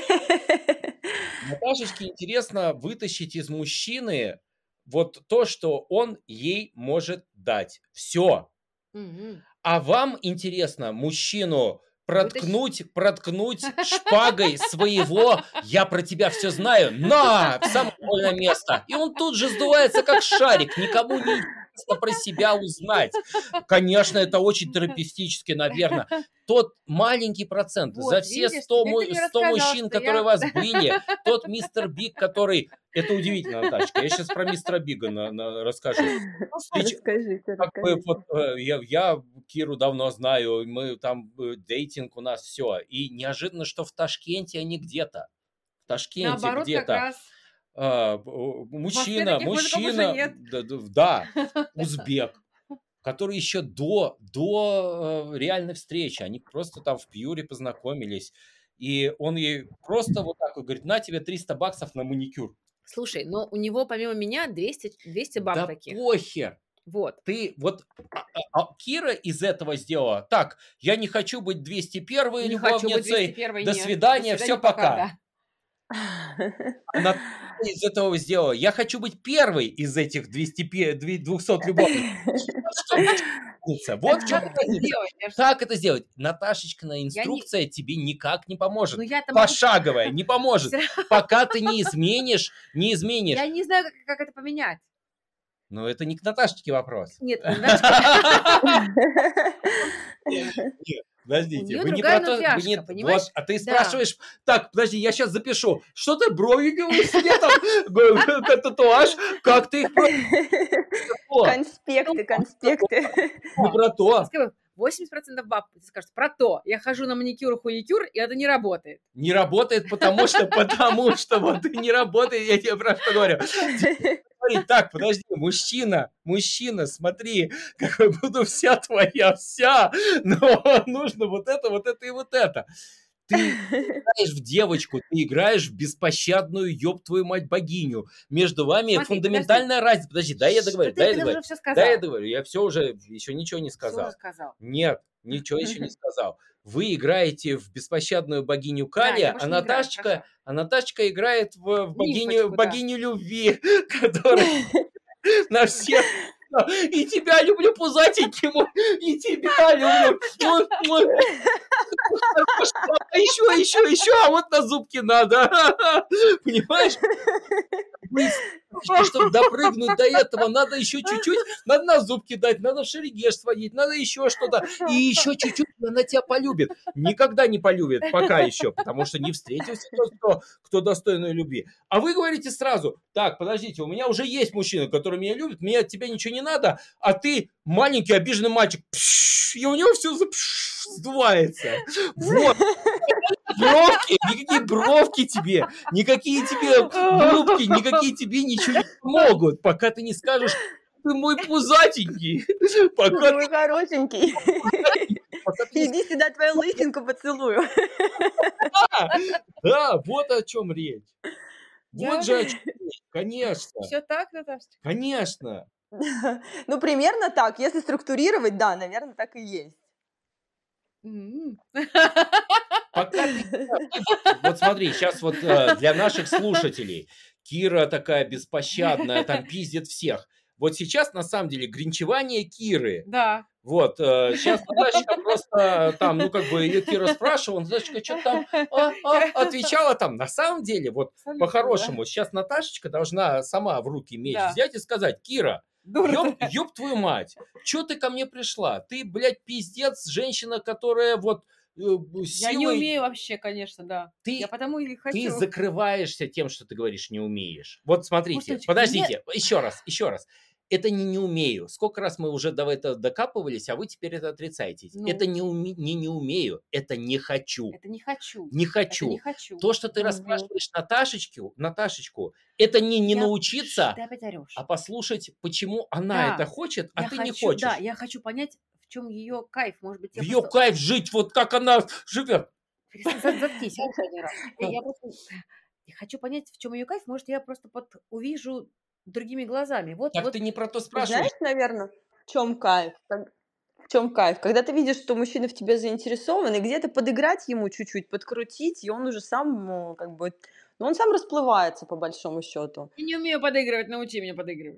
Наташечке интересно вытащить из мужчины вот то, что он ей может дать. Все. Мгм. А вам интересно мужчину Вытащить. проткнуть, проткнуть шпагой своего «я про тебя все знаю» на в самое больное место. И он тут же сдувается, как шарик. Никому не интересно про себя узнать. Конечно, это очень терапевтически, наверное. Тот маленький процент за Вот, все видишь, сто, теперь му- ты мне сто рассказал, мужчин, что которые я... вас били, тот мистер Биг, который... Это удивительно, Наташка. Я сейчас про мистера Бига на- на- расскажу. Встреча- Расскажите, как бы расскажите. вот э, я, я Киру давно знаю, мы там э, дейтинг у нас все, и неожиданно, что в Ташкенте они где-то, в Ташкенте Наоборот, как где-то раз. а, б- В Москве мужчина, таких мужиков уже мужчина, нет. да, да, да, узбек, который еще до до э, реальной встречи, они просто там в Пьюре познакомились, и он ей просто вот так вот говорит: на тебе триста баксов на маникюр. Слушай, но у него помимо меня двести, двести баб Да таких. похер. Вот. Ты вот а, а- а Кира из этого сделала так: я не хочу быть двести первой Не хочу быть любовницей, двести первой, до нет. свидания, все пока. да. Она из этого сделала: я хочу быть первой из этих двухсот любовниц. Что разница? Вот в чем Как это разница. сделать? Я ж- Как это сделать? Наташечкина не- инструкция тебе никак не поможет. Ну я-то могу... Пошаговая не поможет. Всё равно- Пока ты не изменишь, не изменишь. Я не знаю, как, как это поменять. Но это не к Наташечке вопрос. Нет, ну, знаешь, Нет, подождите, У неё вы не другая про то, вы нутряшка, не, понимаешь? вот, а ты Да. спрашиваешь, так, подожди, я сейчас запишу, что ты брови делаешь светом, Г- татуаж, как ты их про... О, Конспекты, конспекты. не про то, скажи, восемьдесят процентов баб скажут про то. Я хожу на маникюр, хуникюр, и это не работает. не работает, потому что, потому что вот не работает, я тебе про что говорю. Смотри, так, подожди, мужчина, мужчина, смотри, как я буду вся твоя, вся, но нужно вот это, вот это и вот это. Ты играешь в девочку, ты играешь в беспощадную, ёб твою мать, богиню. Между вами Смотри, фундаментальная разница. Подожди, дай я договорю, Что ты, дай я ты договорю. уже все сказал. Да, я договорю, я все уже, еще ничего не Всё сказал. уже сказал. Нет, ничего еще не сказал. Вы играете в беспощадную богиню Да, я Калия, больше а не играю, Наташечка, хорошо. а Наташечка играет в, в богиню, Нимфочку, да. богиню любви, которая на всех... И тебя люблю, пузатенький мой, и тебя люблю. Мой, мой. А еще, еще, еще, а вот на зубки надо. Понимаешь? Чтобы допрыгнуть до этого, надо еще чуть-чуть, надо на зубки дать, надо в шерегеш сводить, надо еще что-то, и еще чуть-чуть она тебя полюбит. Никогда не полюбит, пока еще, потому что не встретился тот, кто, кто достойный любви. А вы говорите сразу: так, подождите, у меня уже есть мужчина, который меня любит, мне от тебя ничего не надо, а ты маленький обиженный мальчик, пш, и у него все сдувается. Вот. Бровки, никакие бровки тебе, никакие тебе губки, никакие тебе ничего не помогут, пока ты не скажешь: ты мой пузатенький. Пока Ты ты мой хорошенький. пузатенький, пока ты не Иди сюда, твою лысинку поцелую. Да, да, вот о чем речь. Вот Я... же о чем речь. Конечно, Все так, Наташечка? конечно. Ну, примерно так. Если структурировать, да, наверное, так и есть. М. Пока ты... Вот смотри, сейчас вот э, для наших слушателей Кира такая беспощадная, там пиздит всех. Вот сейчас, на самом деле, гринчевание Киры. Да. Вот, э, сейчас Наташечка просто там, ну, как бы, ее Кира спрашивала, Наташечка что-то там а, а, отвечала там. На самом деле, вот, Абсолютно, по-хорошему, сейчас Наташечка должна сама в руки меч Да. взять и сказать: Кира, Дура ёб, ты. ёб твою мать, что ты ко мне пришла? Ты, блядь, пиздец, женщина, которая вот э, Я не силой... умею вообще, конечно, да. Я Ты, потому и ты хочу. закрываешься тем, что ты говоришь не умеешь. Вот смотрите, Мужичек, подождите, еще раз, еще раз. Это не не умею. Сколько раз мы уже до этого докапывались, а вы теперь это отрицаете. Ну. Это не, уме, не не умею, это не хочу. Это не хочу. Не Это хочу. не хочу. То, что ты Мгм. расспрашиваешь Наташечку, Наташечку, это не, не Я- научиться, Ты опять орешь. а послушать, почему она Да. это хочет, а я ты хочу, не хочешь. Да, я хочу понять, в чем ее кайф. Может быть, В я ее просто... кайф жить, вот как она живет. Перестань, за- Заткнись, я последний раз. Я, я просто я хочу понять, в чем ее кайф. Может, я просто под увижу другими глазами. Вот, Так вот. ты не про то спрашиваешь. Знаешь, наверное, в чем кайф? Как- В чем кайф? Когда ты видишь, что мужчина в тебе заинтересован, и где-то подыграть ему чуть-чуть, подкрутить, и он уже сам, ну, как бы, ну, он сам расплывается, по большому счету. Я не умею подыгрывать, научи меня подыгрывать.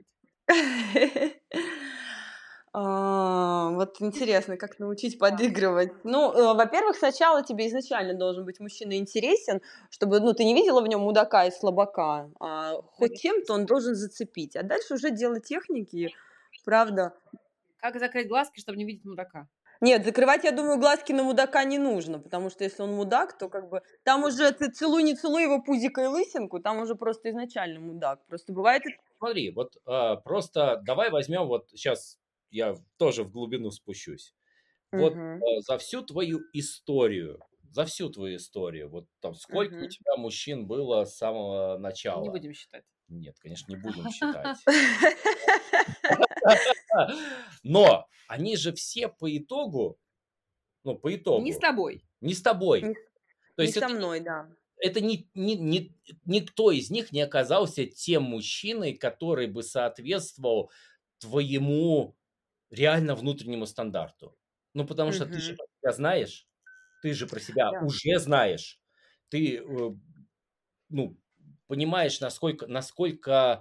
А, Вот интересно, как научить подыгрывать. Ну, э, во-первых, сначала тебе изначально должен быть мужчина интересен, чтобы, ну, ты не видела в нем мудака и слабака, а хоть чем-то он должен зацепить. А дальше уже дело техники, правда. Как закрыть глазки, чтобы не видеть мудака? Нет, закрывать, я думаю, глазки на мудака не нужно, потому что если он мудак, то как бы там уже ты целуй, не целуй его пузико и лысинку, там уже просто изначально мудак. Просто бывает... и- Смотри, вот а, просто давай возьмем, вот сейчас я тоже в глубину спущусь. Вот Мгм. а, за всю твою историю, за всю твою историю, вот там сколько у Мгм. тебя мужчин было с самого Не начала? будем считать. Нет, конечно, не будем считать. Но они же все по итогу, ну, по итогу, Не с тобой. не с тобой. Не- То Не есть со это, мной, да. это не, не, не- никто из них не оказался тем мужчиной, который бы соответствовал твоему реально внутреннему стандарту. Ну, потому что ты же Мгм. про себя знаешь, ты же про себя Да. уже знаешь. Ты, э, ну, понимаешь, насколько, насколько,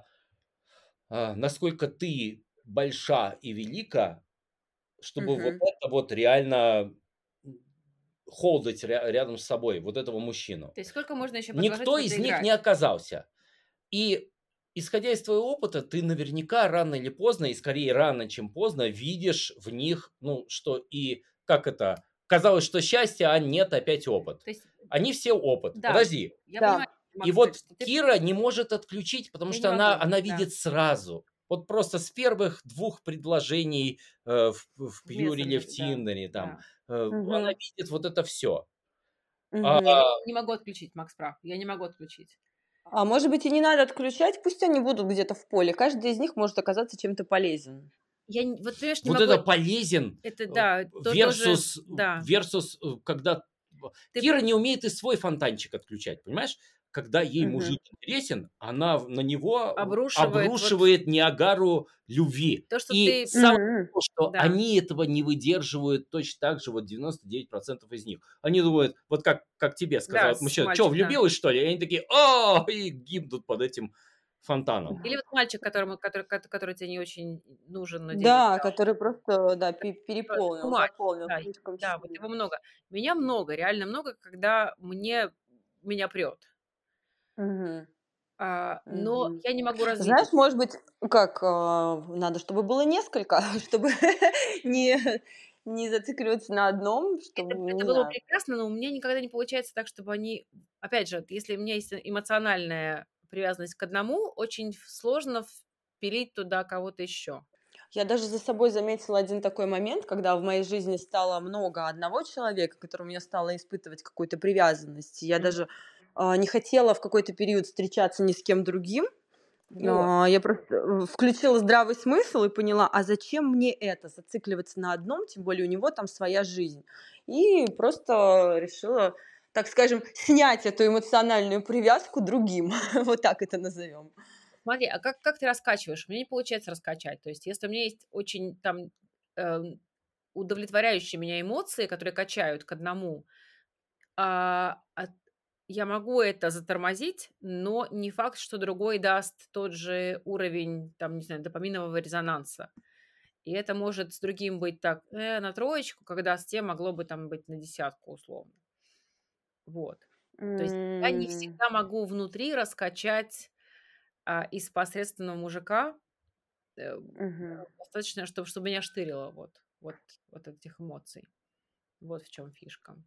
а, насколько ты больша и велика, чтобы вот Мгм. это вот реально м, холдить ря- рядом с собой, вот этого мужчину. То есть сколько можно еще Никто продолжать в из это них играть? не оказался. И исходя из твоего опыта, ты наверняка рано или поздно, и скорее рано, чем поздно, видишь в них, ну, что и как это, казалось, что счастье, а нет, опять опыт. То есть, Они все опыт. да, Подожди. я Да. понимаю, И Макс, вот что ты... Кира не может отключить, потому Я что не она, могу, она да. видит сразу. Вот просто с первых двух предложений э, в, в В Пьюре или в мессенджере, да, Тиндере, там, да. э, она Мгм. видит вот это все. Мгм. Я не могу отключить, Макс прав. Я не могу отключить. А может быть, и не надо отключать, пусть они будут где-то в поле. Каждый из них может оказаться чем-то полезен. Я, не- вот, понимаешь, не Вот могу... это полезен Это, э, да, то тоже... versus, Да. versus, э, когда Ты- Кира не умеет и свой фонтанчик отключать, понимаешь? Когда ей Мгм. мужик интересен, она в- на него Обрушивает обрушивает Ниагару любви. То, что И ты- самое Мгм. то, что Да. они этого не выдерживают точно так же, вот девяносто девять процентов из них. Они думают, вот как, как тебе сказал Да, этот мужчина, мальчик, что, да. влюбилась, что ли? И они такие, о, и гибнут под этим фонтаном. Или вот мальчик, которому, который, ко- который тебе не очень нужен, но денег Да, дал. который просто, да, пе- переполнил, Too much, заполнил да, слишком да, вот сильно. его много. Меня много, реально много, когда мне меня прет. Мгм. А, но Мгм. я не могу развить. Знаешь, может быть, как а, надо, чтобы было несколько, чтобы не, не зацикливаться на одном, чтобы, Это, не это было бы знаю. прекрасно, но у меня никогда не получается так, чтобы они... Опять же, если у меня есть эмоциональная привязанность к одному, очень сложно впилить туда кого-то еще. Я даже за собой заметила один такой момент, когда в моей жизни стало много одного человека, к которому я стала испытывать какую-то привязанность. Я Мгм. даже а, не хотела в какой-то период встречаться ни с кем другим, Вот. А, я просто э, включила здравый смысл и поняла, а зачем мне это, зацикливаться на одном, тем более у него там своя жизнь. И просто решила, так скажем, снять эту эмоциональную привязку другим. Вот так это назовем. Смотри, а как, как ты раскачиваешь? У меня не получается раскачать. То есть, если у меня есть очень там эм, удовлетворяющие меня эмоции, которые качают к одному, а, а я могу это затормозить, но не факт, что другой даст тот же уровень, там, не знаю, допаминового резонанса. И это может с другим быть так э, на троечку, когда с тем могло бы там быть на десятку условно. Вот. То есть я не М, всегда могу внутри раскачать а, из посредственного мужика э, мгм. достаточно, чтобы, чтобы меня штырило вот, вот, вот этих эмоций. Вот в чем фишка.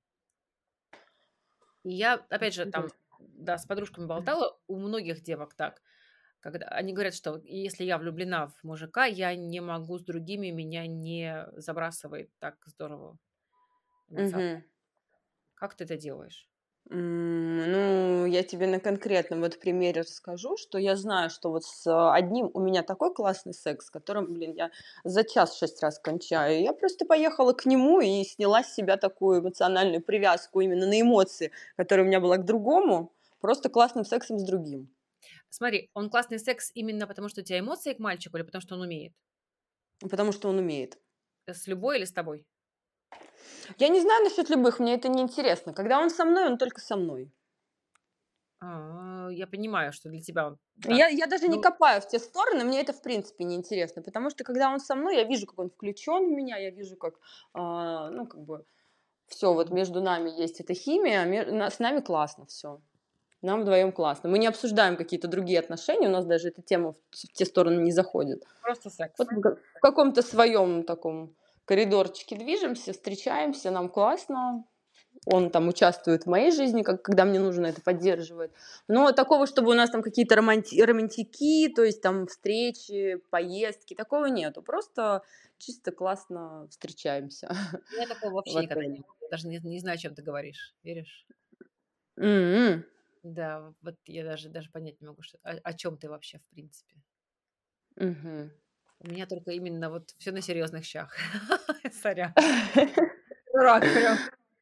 И я, опять же, там, Интересно. да, с подружками болтала, у многих девок так, когда они говорят, что вот если я влюблена в мужика, я не могу с другими, меня не забрасывает так здорово эмоционально. Мгм. Как ты это делаешь? М, ну, я тебе на конкретном вот примере расскажу, что я знаю, что вот с а, одним у меня такой классный секс, с которым, блин, я за час шесть раз кончаю. Я просто поехала к нему и сняла с себя такую эмоциональную привязку именно на эмоции, которая у меня была к другому, просто классным сексом с другим. Смотри, он классный секс именно потому, что у тебя эмоции к мальчику или потому, что он умеет? Потому что он умеет. С любой или с тобой? Я не знаю насчет любых, мне это не интересно. Когда он со мной, он только со мной. А, я понимаю, что для тебя он так. Я, я даже не Ну, копаю в те стороны, мне это в принципе не интересно, потому что когда он со мной, я вижу, как он включен в меня, я вижу, как, а, ну, как бы, все вот мгм. между нами есть эта химия, ме- на- с нами классно все. Нам вдвоем классно. Мы не обсуждаем какие-то другие отношения, у нас даже эта тема в, в те стороны не заходит. Просто секс. Вот мы как- в каком-то своем таком коридорчике движемся, встречаемся, нам классно, он там участвует в моей жизни, как, когда мне нужно, это поддерживает. Но такого, чтобы у нас там какие-то романти- романтики, то есть там встречи, поездки, такого нету. Просто чисто классно встречаемся У меня такого в вообще никогда не отеле. было. Я даже не, не знаю, о чем ты говоришь. Веришь? М. Да, вот я даже, даже понять не могу, что, о, о чем ты вообще, в принципе. Мгм. У меня только именно вот все на серьезных щах. Сорян. Дурак прям.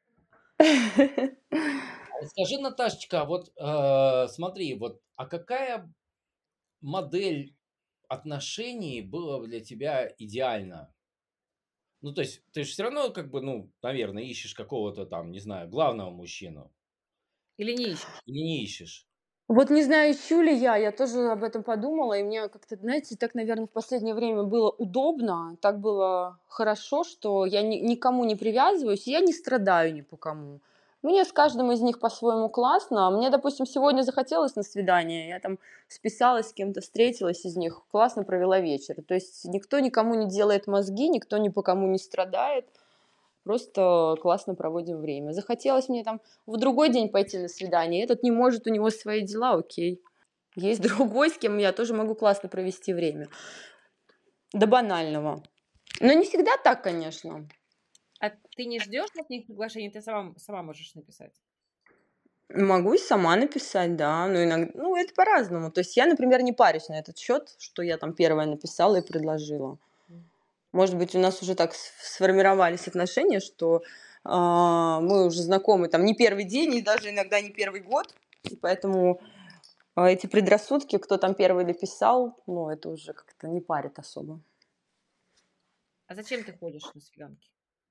Скажи, Наташечка, а вот э, смотри, вот, а какая модель отношений была бы для тебя идеальна? Ну, то есть, ты же все равно, как бы, ну, наверное, ищешь какого-то там, не знаю, главного мужчину. Или не ищешь? Или не ищешь? Вот не знаю, ищу ли я, я тоже об этом подумала, и мне как-то, знаете, так, наверное, в последнее время было удобно, так было хорошо, что я ни- никому не привязываюсь, и я не страдаю ни по кому. Мне с каждым из них по-своему классно. Мне, допустим, сегодня захотелось на свидание, я там списалась с кем-то, встретилась из них, классно провела вечер. То есть никто никому не делает мозги, никто ни по кому не страдает. Просто классно проводим время. Захотелось мне там в другой день пойти на свидание, этот не может, у него свои дела, окей. Есть другой, с кем я тоже могу классно провести время. До банального. Но не всегда так, конечно. А ты не ждешь от них приглашения, ты сама, сама можешь написать? Могу и сама написать, да. Но иногда, ну, это по-разному. То есть я, например, не парюсь на этот счет, что я там первая написала и предложила. М. Может быть, у нас уже так с- сформировались отношения, что а, мы уже знакомы там не первый день и даже иногда не первый год. И поэтому А эти предрассудки, кто там первый написал, ну, это уже как-то не парит особо. А зачем ты ходишь на свиданки?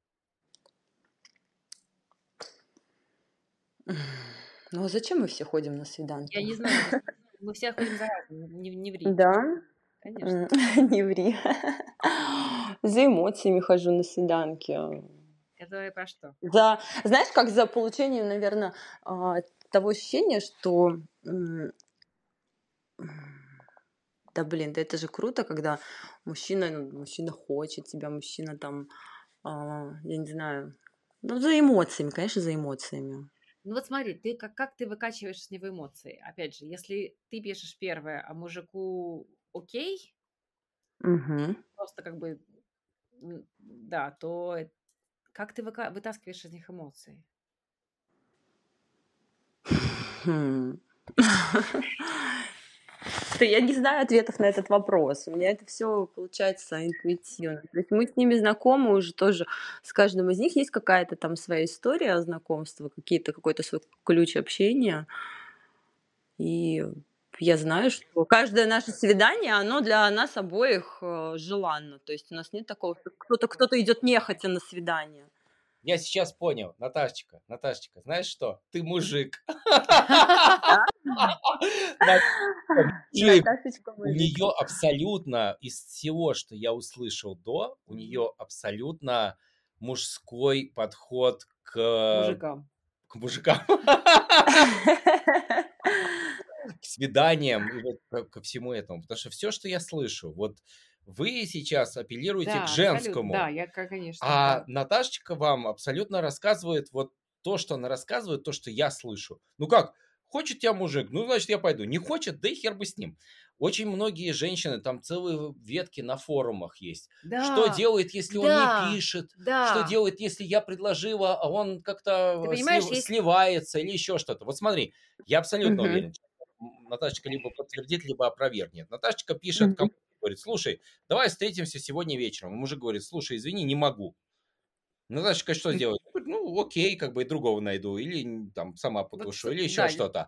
Ну, а зачем мы все ходим на Я свиданки? не знаю, мы, мы все ходим за разным, не, не ври. Да? Конечно. М, Не ври. За эмоциями хожу на свиданки. Это про что? За, знаешь, как за получением, наверное, того ощущения, что м, да блин, да это же круто, когда мужчина, ну, мужчина хочет тебя, мужчина там, а, я не знаю, ну, за эмоциями, конечно, за эмоциями. Ну вот смотри, ты как, как ты выкачиваешь с него эмоции? Опять же, если ты пишешь первое, а мужику окей, Мгм. просто как бы, м, да, то э- как ты выка- вытаскиваешь из них эмоции? Хм. Что я не знаю ответов на этот вопрос. У меня это все получается интуитивно. То есть мы с ними знакомы уже тоже. С каждым из них есть какая-то там своя история знакомства, какие-то какой-то свой ключ общения. И я знаю, что каждое наше свидание, оно для нас обоих э, желанно. То есть у нас нет такого, что кто-то кто-то идет нехотя на свидание. Я сейчас понял, Наташечка, Наташечка, знаешь что? Ты мужик. Да, Мужик. Наташечка У мужик. нее абсолютно из всего, что я услышал до, у Мгм. нее абсолютно мужской подход к, Мужикам. к мужикам, к свиданиям и вот ко, ко всему этому. Потому что все, что я слышу, вот вы сейчас апеллируете к Да, абсолютно. женскому, Да, я, ка- конечно, а да. Наташечка вам абсолютно рассказывает вот то, что она рассказывает, то, что я слышу. Ну как, хочет тебя мужик, ну значит я пойду. Не хочет, да и хер бы с ним. Очень многие женщины, там целые ветки на форумах есть. Что Да, делает, если он не да, пишет? Что да. делает, если я предложила, а он Ты как-то понимаешь, слив- есть... сливается или еще что-то? Вот смотри, я абсолютно Мгм. уверен, что м, Наташечка либо подтвердит, либо опровергнет. Наташечка пишет Мгм. кому говорит, слушай, давай встретимся сегодня вечером. И мужик говорит, слушай, извини, не могу. Наташечка что М. сделает? Говорит, ну, окей, как бы и другого найду, или м, там сама Вот, потушу, с- или еще да, что-то.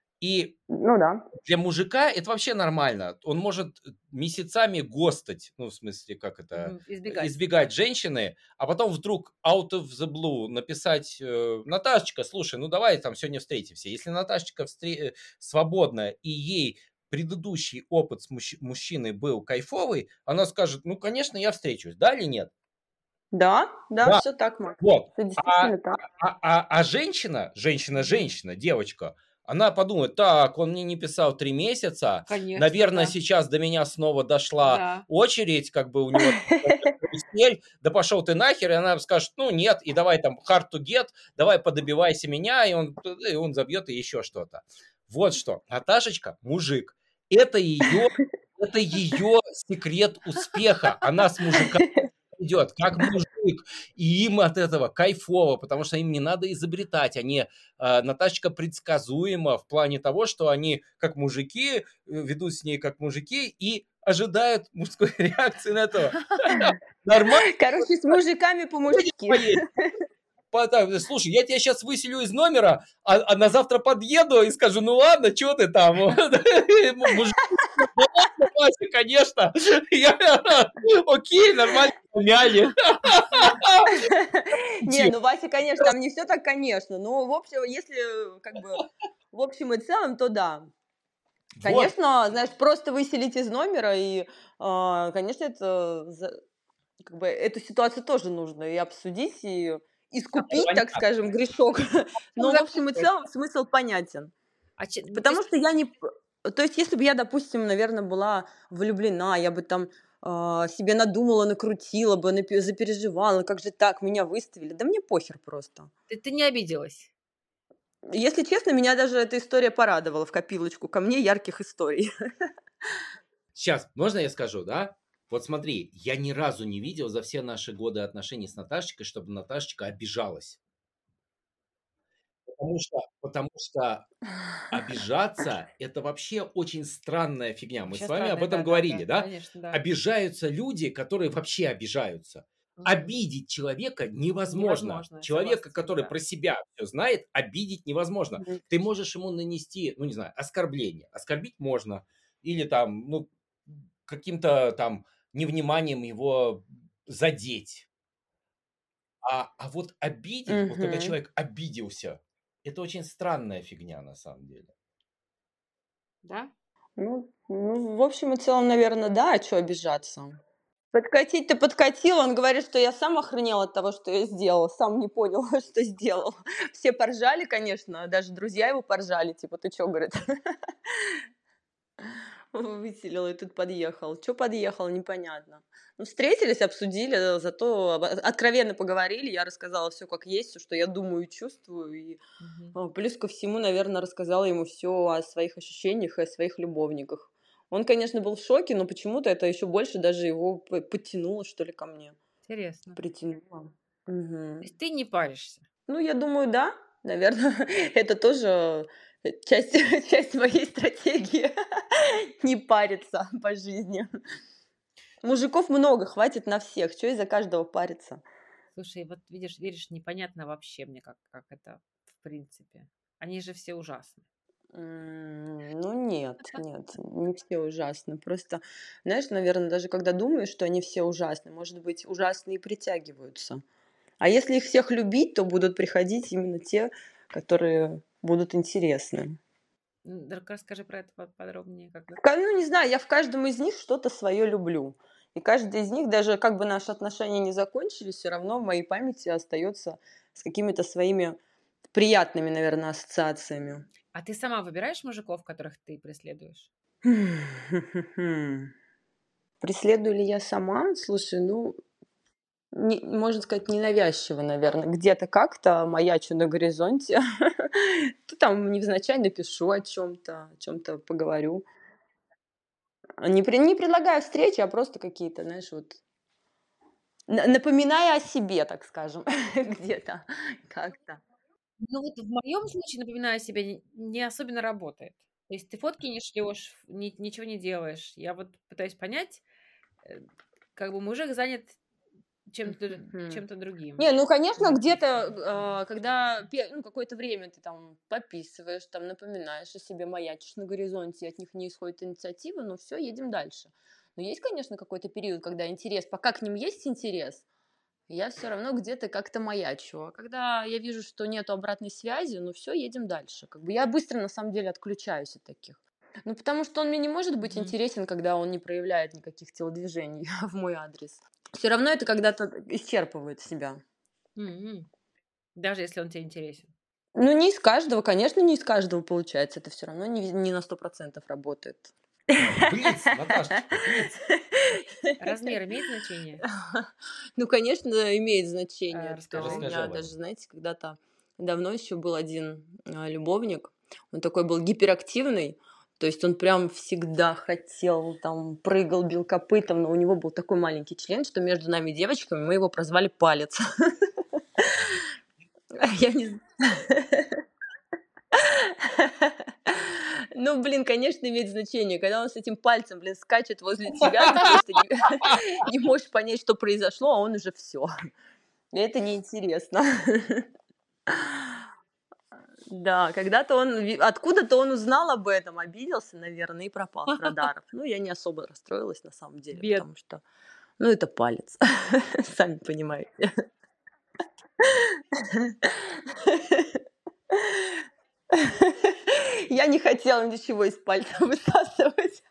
И Ну да. для мужика это вообще нормально. Он может э, месяцами гостать, ну, в смысле, как это, мгм, избегать. избегать женщины, а потом вдруг out of the blue написать, э, Наташечка, слушай, ну давай там сегодня встретимся. Если Наташечка встре- э, свободна и ей предыдущий опыт с мужч- мужчиной был кайфовый, она скажет, ну, конечно, я встречусь, да или нет? Да, да, Да, все так, Макс. вот. Всё А, действительно так. а, а, а женщина, Мгм. женщина-женщина, девочка, она подумает, так, он мне не писал три месяца, Конечно, наверное, да. сейчас до меня снова дошла Да. очередь, как бы у него карусель, да пошел ты нахер, и она скажет, ну нет, и давай там hard to get, давай подобивайся меня, и он, и он забьет и еще что-то. Вот что, Наташечка, мужик, это ее, это ее секрет успеха, она с мужиками идет как мужик, и им от этого кайфово, потому что им не надо изобретать. Они, а, Наташечка предсказуема в плане того, что они как мужики, э, ведут с ней как мужики и ожидают мужской реакции на это. Нормально Короче, с мужиками будет по-мужски. поедет. Потом, слушай, я тебя сейчас выселю из номера, а, а на завтра подъеду и скажу, ну ладно, что ты там? Мужик, да ладно, Вася, конечно. Я- Окей, нормально, помяли. Не, ну Вася, конечно, там не все так, конечно. Но в общем, если как бы в общем и целом, то да. Вот, Конечно, знаешь, просто выселить из номера и, а, конечно, это за как бы эту ситуацию тоже нужно и обсудить, и искупить, так понятно. скажем, грешок. Но в общем и целом смысл понятен. А че- ну, то Потому есть, что я не п то есть если бы я, допустим, наверное, была влюблена, я бы там, а, себе надумала, накрутила бы, напе запереживала: "Как же так, меня выставили". Да мне похер просто. ты, ты не обиделась? Если честно, меня даже эта история порадовала в копилочку ко мне ярких историй. Сейчас, можно я скажу, да? Вот смотри, я ни разу не видел за все наши годы отношений с Наташечкой, чтобы Наташечка обижалась. Потому что, потому что обижаться– это вообще очень странная фигня. Мы Вообще с вами об странная, этом да, да, говорили, да, да? конечно, да. Обижаются люди, которые вообще обижаются. Мгм. Обидеть человека невозможно. Невозможно, я согласна Человека, с тобой, который да. про себя все знает, обидеть невозможно. Мгм. Ты можешь ему нанести, ну не знаю, оскорбление. Оскорбить можно. Или там, ну, каким-то там невниманием его задеть. А, а вот обидеть, вот когда Мгм. человек обиделся, это очень странная фигня на самом деле. Да? Ну ну, в общем и целом, наверно, да, а чё обижаться? Подкатить-то подкатил, он говорит, что я сам охренел от того, что я сделал, сам не понял, что сделал. Все поржали, конечно, даже друзья его поржали, типа: "Ты чё?" Говорит. Выселил и тут подъехал. Чё подъехал, непонятно. Ну, встретились, обсудили, зато об откровенно поговорили. Я рассказала всё как есть, всё, что я думаю и чувствую. И, Мгм. а, плюс ко всему, наверно, рассказала ему всё о своих ощущениях и о своих любовниках. Он, конечно, был в шоке, но почему-то это ещё больше даже его п подтянуло, что ли, ко мне. Интересно. Притянуло. То Мгм. есть ты не паришься? Ну, я думаю, да, наверно, это тоже э, часть часть моей стратегии не париться по жизни. Мужиков много, хватит на всех. Чё из-за каждого париться? Слушай, вот видишь, видишь, непонятно вообще мне, как, как это в принципе. Они же все ужасны. М, Ну нет, нет, не все ужасны. Просто, знаешь, наверное, даже когда думаешь, что они все ужасны, может быть, ужасные притягиваются. А если их всех любить, то будут приходить именно те, которые будут интересны. М, да, расскажи про это по- подробнее, как В бы. ка Ну, не знаю, я в каждом из них что-то свое люблю. И каждый из них, даже как бы наши отношения не закончились, все равно в моей памяти остается с какими-то своими приятными, наверное, ассоциациями. А ты сама выбираешь мужиков, которых ты преследуешь? Преследую ли я сама? Слушай, ну, не можно сказать, ненавязчиво, наверное. Где-то как-то маячу на горизонте. То там невзначай напишу о чем то о чем то поговорю. А не пре не предлагаю встречи, а просто какие-то, знаешь, вот на напоминая о себе, так скажем, где-то как-то. Ну вот в моем случае, напоминаю себе, не не особенно работает. То есть ты фотки не шлешь, ни ничего не делаешь. Я вот пытаюсь понять, э, как бы мужик занят чем-то д Мгм. чем-то другим. Не, ну, конечно, где-то, Написано. а, когда пе ну, какое-то время ты там пописываешь, там напоминаешь о себе, маячишь на горизонте, и от них не исходит инициатива, ну все, едем дальше. Но есть, конечно, какой-то период, когда интерес, пока к ним есть интерес, я все равно где-то как-то маячу. А когда я вижу, что нету обратной связи, ну все, едем дальше. Как бы я быстро, на самом деле, отключаюсь от таких. Ну, потому что он мне не может быть Мгм. интересен, когда он не проявляет никаких телодвижений в мой адрес. Все равно это когда-то исчерпывает себя. М. Даже если он тебе интересен. Ну, не из каждого, конечно, не из каждого получается. Это все равно не, не на сто процентов работает. Блиц, Наташечка, блиц. Размер имеет значение? Ну, конечно, имеет значение. А, Это у расскажи. Расскажи меня об даже, этом. знаете, когда-то давно еще был один а, любовник. Он такой был гиперактивный. То есть он прям всегда хотел, там, прыгал, бил копытом, но у него был такой маленький член, что между нами девочками мы его прозвали палец. Я не знаю. Ну, блин, конечно, имеет значение. Когда он с этим пальцем, блин, скачет возле тебя, ты просто не, не можешь понять, что произошло, а он уже все. Это неинтересно. Да, когда-то он, ви- откуда-то он узнал об этом, обиделся, наверное, и пропал с радаров. Ну, я не особо расстроилась на самом деле, Бед. потому что, ну, это палец, сами понимаете. Я не хотела ничего из пальца высасывать.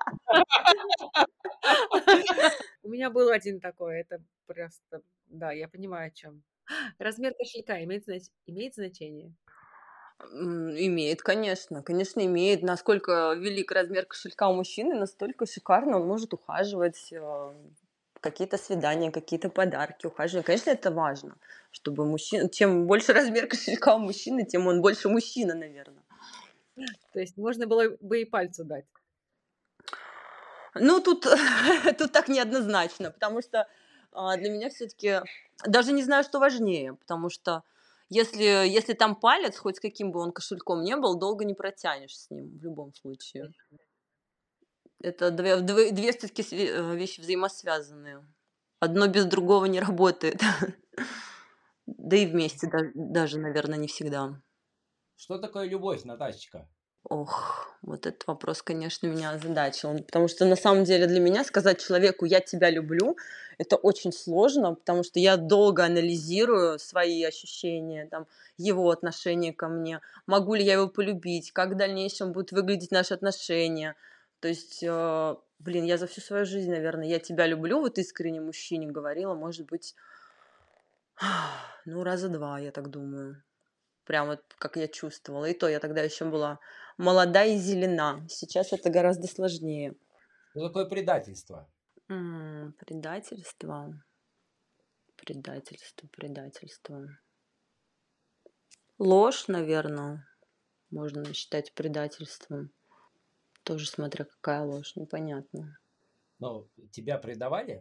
У меня был один такой, это просто, да, я понимаю, о чем. Размер кошелька имеет знач имеет значение? М, Имеет, конечно. Конечно, имеет. Насколько велик размер кошелька у мужчины, настолько шикарно он может ухаживать, э, какие-то свидания, какие-то подарки, ухаживать. Конечно, это важно, чтобы мужчина... Чем больше размер кошелька у мужчины, тем он больше мужчина, наверное. То есть можно было бы и пальцу дать. Ну, тут, тут так неоднозначно, потому что а, для меня все-таки даже не знаю, что важнее, потому что если, если там палец, хоть с каким бы он кошельком не был, долго не протянешь с ним в любом случае. Это две, две, две все-таки вещи взаимосвязанные. Одно без другого не работает. Да и вместе да- даже, наверное, не всегда. Что такое любовь, Наташечка? Ох, вот этот вопрос, конечно, меня озадачил. Потому что на самом деле для меня сказать человеку «я тебя люблю» это очень сложно, потому что я долго анализирую свои ощущения, там, его отношение ко мне, могу ли я его полюбить, как в дальнейшем будут выглядеть наши отношения. То есть, э, блин, я за всю свою жизнь, наверное, «я тебя люблю» вот искренне мужчине говорила, может быть, ну, раза два, я так думаю. Прям вот как я чувствовала. И то я тогда еще была молода и зелена. Сейчас это гораздо сложнее. Что такое предательство? М, Предательство. Предательство, предательство. Ложь, наверное, можно считать предательством. Тоже смотря какая ложь, непонятно. Ну, тебя предавали?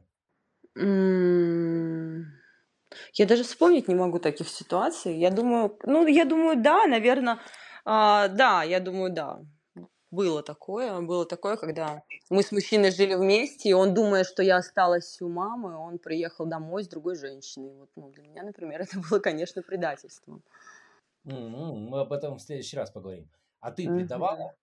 М, Я даже вспомнить не могу таких ситуаций. Я думаю, ну, я думаю, да, наверное, А, да, я думаю, да. Было такое. Было такое, когда мы с мужчиной жили вместе, и он, думая, что я осталась у мамы, он приехал домой с другой женщиной. Вот, ну, для меня, например, это было, конечно, предательством. М, Мы об этом в следующий раз поговорим. А ты Мгм. предавала?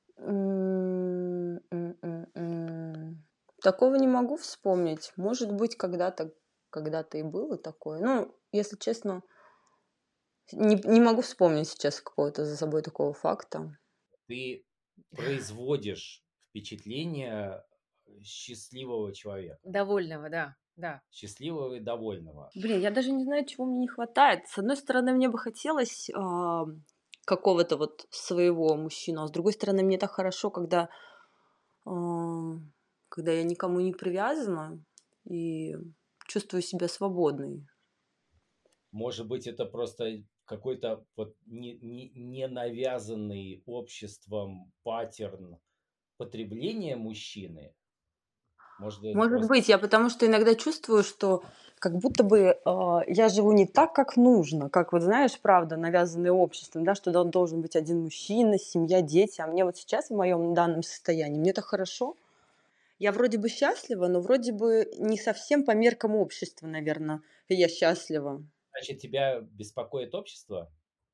М, м, м, м. Такого не могу вспомнить. Может быть, когда-то когда-то и было такое. Ну, если честно, не не могу вспомнить сейчас какого-то за собой такого факта. Ты производишь впечатление счастливого человека, Довольного, да, да. счастливого и довольного. Блин, я даже не знаю, чего мне не хватает. С одной стороны, мне бы хотелось, ам, какого-то вот своего мужчину, а с другой стороны, мне так хорошо, когда, ам, когда я никому не привязана и чувствую себя свободной. Может быть, это просто какой-то вот не, не, не навязанный обществом паттерн потребления мужчины. Может, это Может просто быть, я потому что иногда чувствую, что как будто бы, а, я живу не так, как нужно. Как вот знаешь, правда, навязанное обществом, да, что дол должен быть один мужчина, семья, дети. А мне вот сейчас в моем данном состоянии, мне так хорошо. Я вроде бы счастлива, но вроде бы не совсем по меркам общества, наверно, я счастлива. значит тебя беспокоит общество,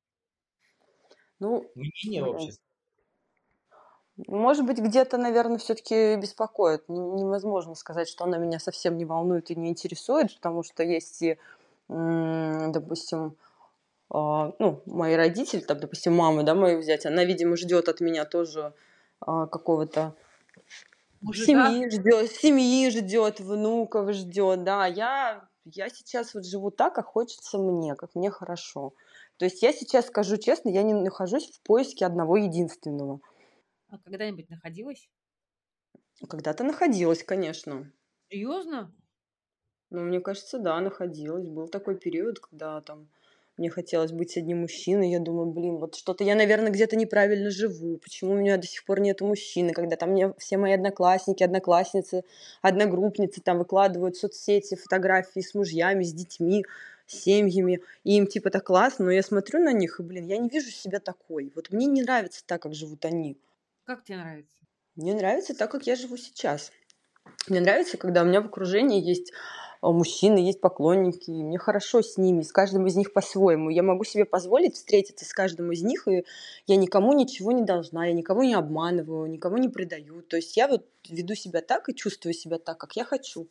Ну, мнение м, общества. может быть, где-то, наверно, всё таки беспокоит. Н невозможно сказать, что оно меня совсем не волнует и не интересует, потому что есть и, м, допустим, а, ну, мои родители, там, допустим, маму, да, мою взять, она, видимо, ждёт от меня тоже, а, какого-то Мужика? семьи ждёт семьи ждёт, внуков ждёт, да. А я я сейчас вот живу так, как хочется мне, как мне хорошо. То есть я сейчас, скажу честно, я не нахожусь в поиске одного единственного. А когда-нибудь находилась? Когда-то находилась, конечно. Серьезно? Ну, мне кажется, да, находилась. Был такой период, когда там мне хотелось быть с одним мужчиной. Я думаю: "Блин, вот что-то я, наверно, где-то неправильно живу. Почему у меня до сих пор нету мужчины?" Когда там мне все мои одноклассники, одноклассницы, одногруппницы там выкладывают в соцсети фотографии с мужьями, с детьми, с семьями, и им типа так классно. Но я смотрю на них и, блин, я не вижу себя такой. Вот мне не нравится так, как живут они. Как тебе нравится? Мне нравится так, как я живу сейчас. Мне нравится, когда у меня в окружении есть, а, мужчины, есть поклонники, и мне хорошо с ними, с каждым из них по-своему. Я могу себе позволить встретиться с каждым из них, и я никому ничего не должна, я никого не обманываю, никого не предаю. То есть я вот веду себя так и чувствую себя так, как я хочу.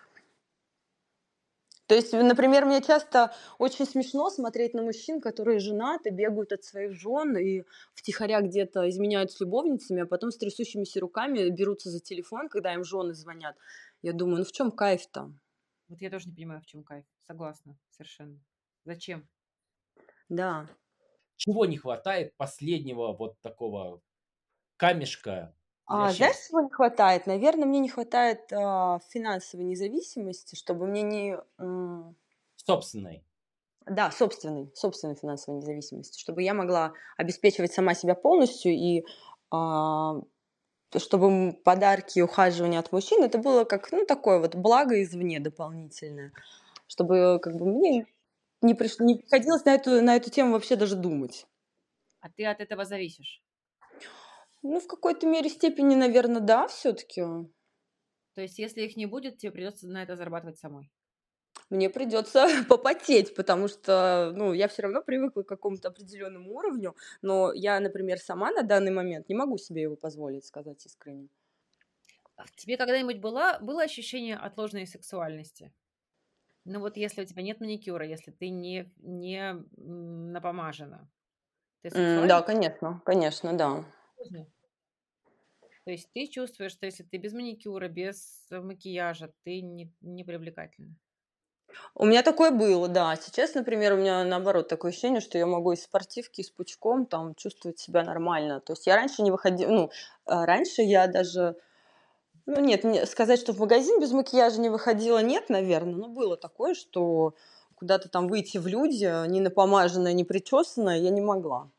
То есть, в например, мне часто очень смешно смотреть на мужчин, которые женаты, бегают от своих жен и втихаря где-то изменяют с любовницами, а потом с трясущимися руками берутся за телефон, когда им жены звонят. Я думаю: "Ну в чём кайф-то?" Вот я тоже не понимаю, в чём кайф. Согласна совершенно. Зачем? Да. Чего не хватает последнего вот такого камешка для А, знаешь, счастья? чего не хватает? Наверно, мне не хватает, а, финансовой независимости, чтобы мне не, м Собственной. Да, собственной собственной финансовой независимости, чтобы я могла обеспечивать сама себя полностью и, а, чтобы, м, подарки и ухаживание от мужчин- это было как, ну, такое вот благо извне дополнительное. Чтобы как бы мне не приш не приходилось на эту на эту тему вообще даже думать. А ты от этого зависишь? Ну, в какой-то мере степени, наверно, да, всё-таки. То есть если их не будет, тебе придётся на это зарабатывать самой? Мне придётся попотеть, потому что, ну, я всё равно привыкла к какому-то определённому уровню, но я, например, сама на данный момент не могу себе его позволить, сказать искренне. А в тебе когда-нибудь была было ощущение отложенной сексуальности? Ну, вот если у тебя нет маникюра, если ты не не, м, напомажена, ты М, сексуальна? да, конечно, конечно, да. Серьёзно? То есть ты чувствуешь, что если ты без маникюра, без макияжа, ты не не привлекательна? У меня такое было, да. Сейчас, например, у меня, наоборот, такое ощущение, что я могу и в спортивке, и с пучком там чувствовать себя нормально. То есть я раньше не выходи ну, а, раньше я даже, ну, нет, не сказать, что в магазин без макияжа не выходила, нет, наверно, но было такое, что куда-то там выйти в люди, не напомаженная, не причесанная, я не могла.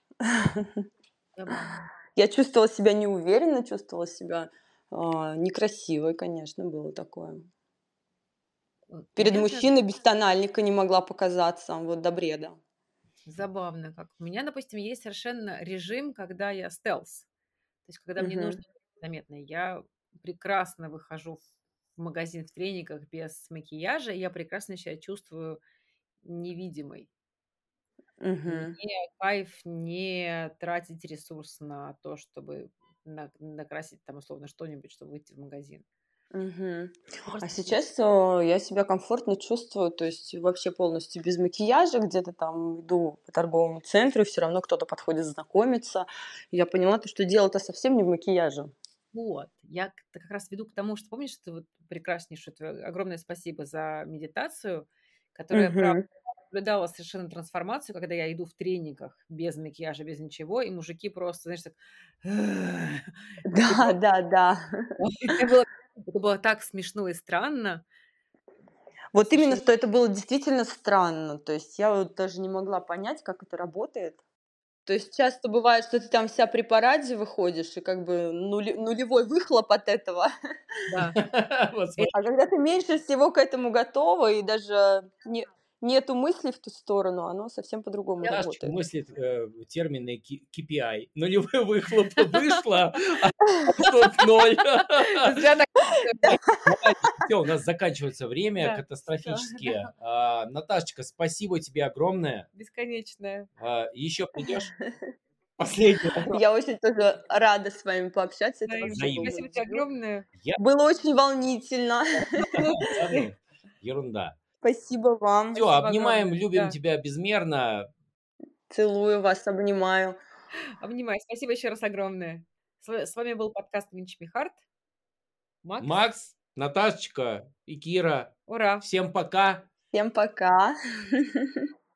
Забавно. Я чувствовала себя неуверенно, чувствовала себя, а, некрасивой, конечно, было такое. Вот Перед понятно. мужчиной без тональника не могла показаться, вот до бреда. Забавно как. У меня, допустим, есть совершенно режим, когда я стелс. То есть когда мне нужно Мгм. быть заметной, я прекрасно выхожу в магазин в трениках без макияжа, и я прекрасно себя чувствую невидимой. Мгм. Мне кайф не тратить ресурс на то, чтобы на накрасить там условно что-нибудь, чтобы выйти в магазин. Мгм. Я А просто всегда сейчас, э, я себя комфортно чувствую, то есть вообще полностью без макияжа, где-то там иду по торговому центру, всё равно кто-то подходит знакомиться. Я поняла, то что дело-то совсем не в макияже. Вот. Я к т как раз веду к тому, что помнишь, ты вот прекраснейшую твою огромное спасибо за медитацию, которая, правда, Мгм. наблюдала совершенно трансформацию, когда я иду в трениках без макияжа, без ничего, и мужики просто, знаешь, так и ты Да, просто да, да. это было это было так смешно и странно. Вот именно, Совершенно что это было действительно странно. То есть я вот даже не могла понять, как это работает. То есть часто бывает, что ты там вся при параде выходишь, и как бы нуле нулевой выхлоп от этого. Да. Вот Э А смотри. когда ты меньше всего к этому готова и даже не нету мыслей в ту сторону, оно совсем по-другому Я аж работает. мыслит, э, термины ки ки пи ай. Нулевой выхлоп вышло, а тут ноль. Зря так Да. Давай, всё, у нас заканчивается время Да, всё, катастрофически. да. А, Наташечка, спасибо тебе огромное. Бесконечное. А, еще придешь? Последний вопрос. Я очень тоже рада с вами пообщаться. Это Взаимно. вообще был Взаимно. Спасибо мой тебе дебют. огромное. Я Было очень волнительно. Да ну, ерунда. Спасибо вам. Всё, Спасибо обнимаем, огромное. любим Да. тебя безмерно. Целую вас, обнимаю. Обнимаю. Спасибо еще раз огромное. С ва с вами был подкаст Winch Me Heart. Макс. Макс, Наташечка и Кира. Ура! Всем пока. Всем пока.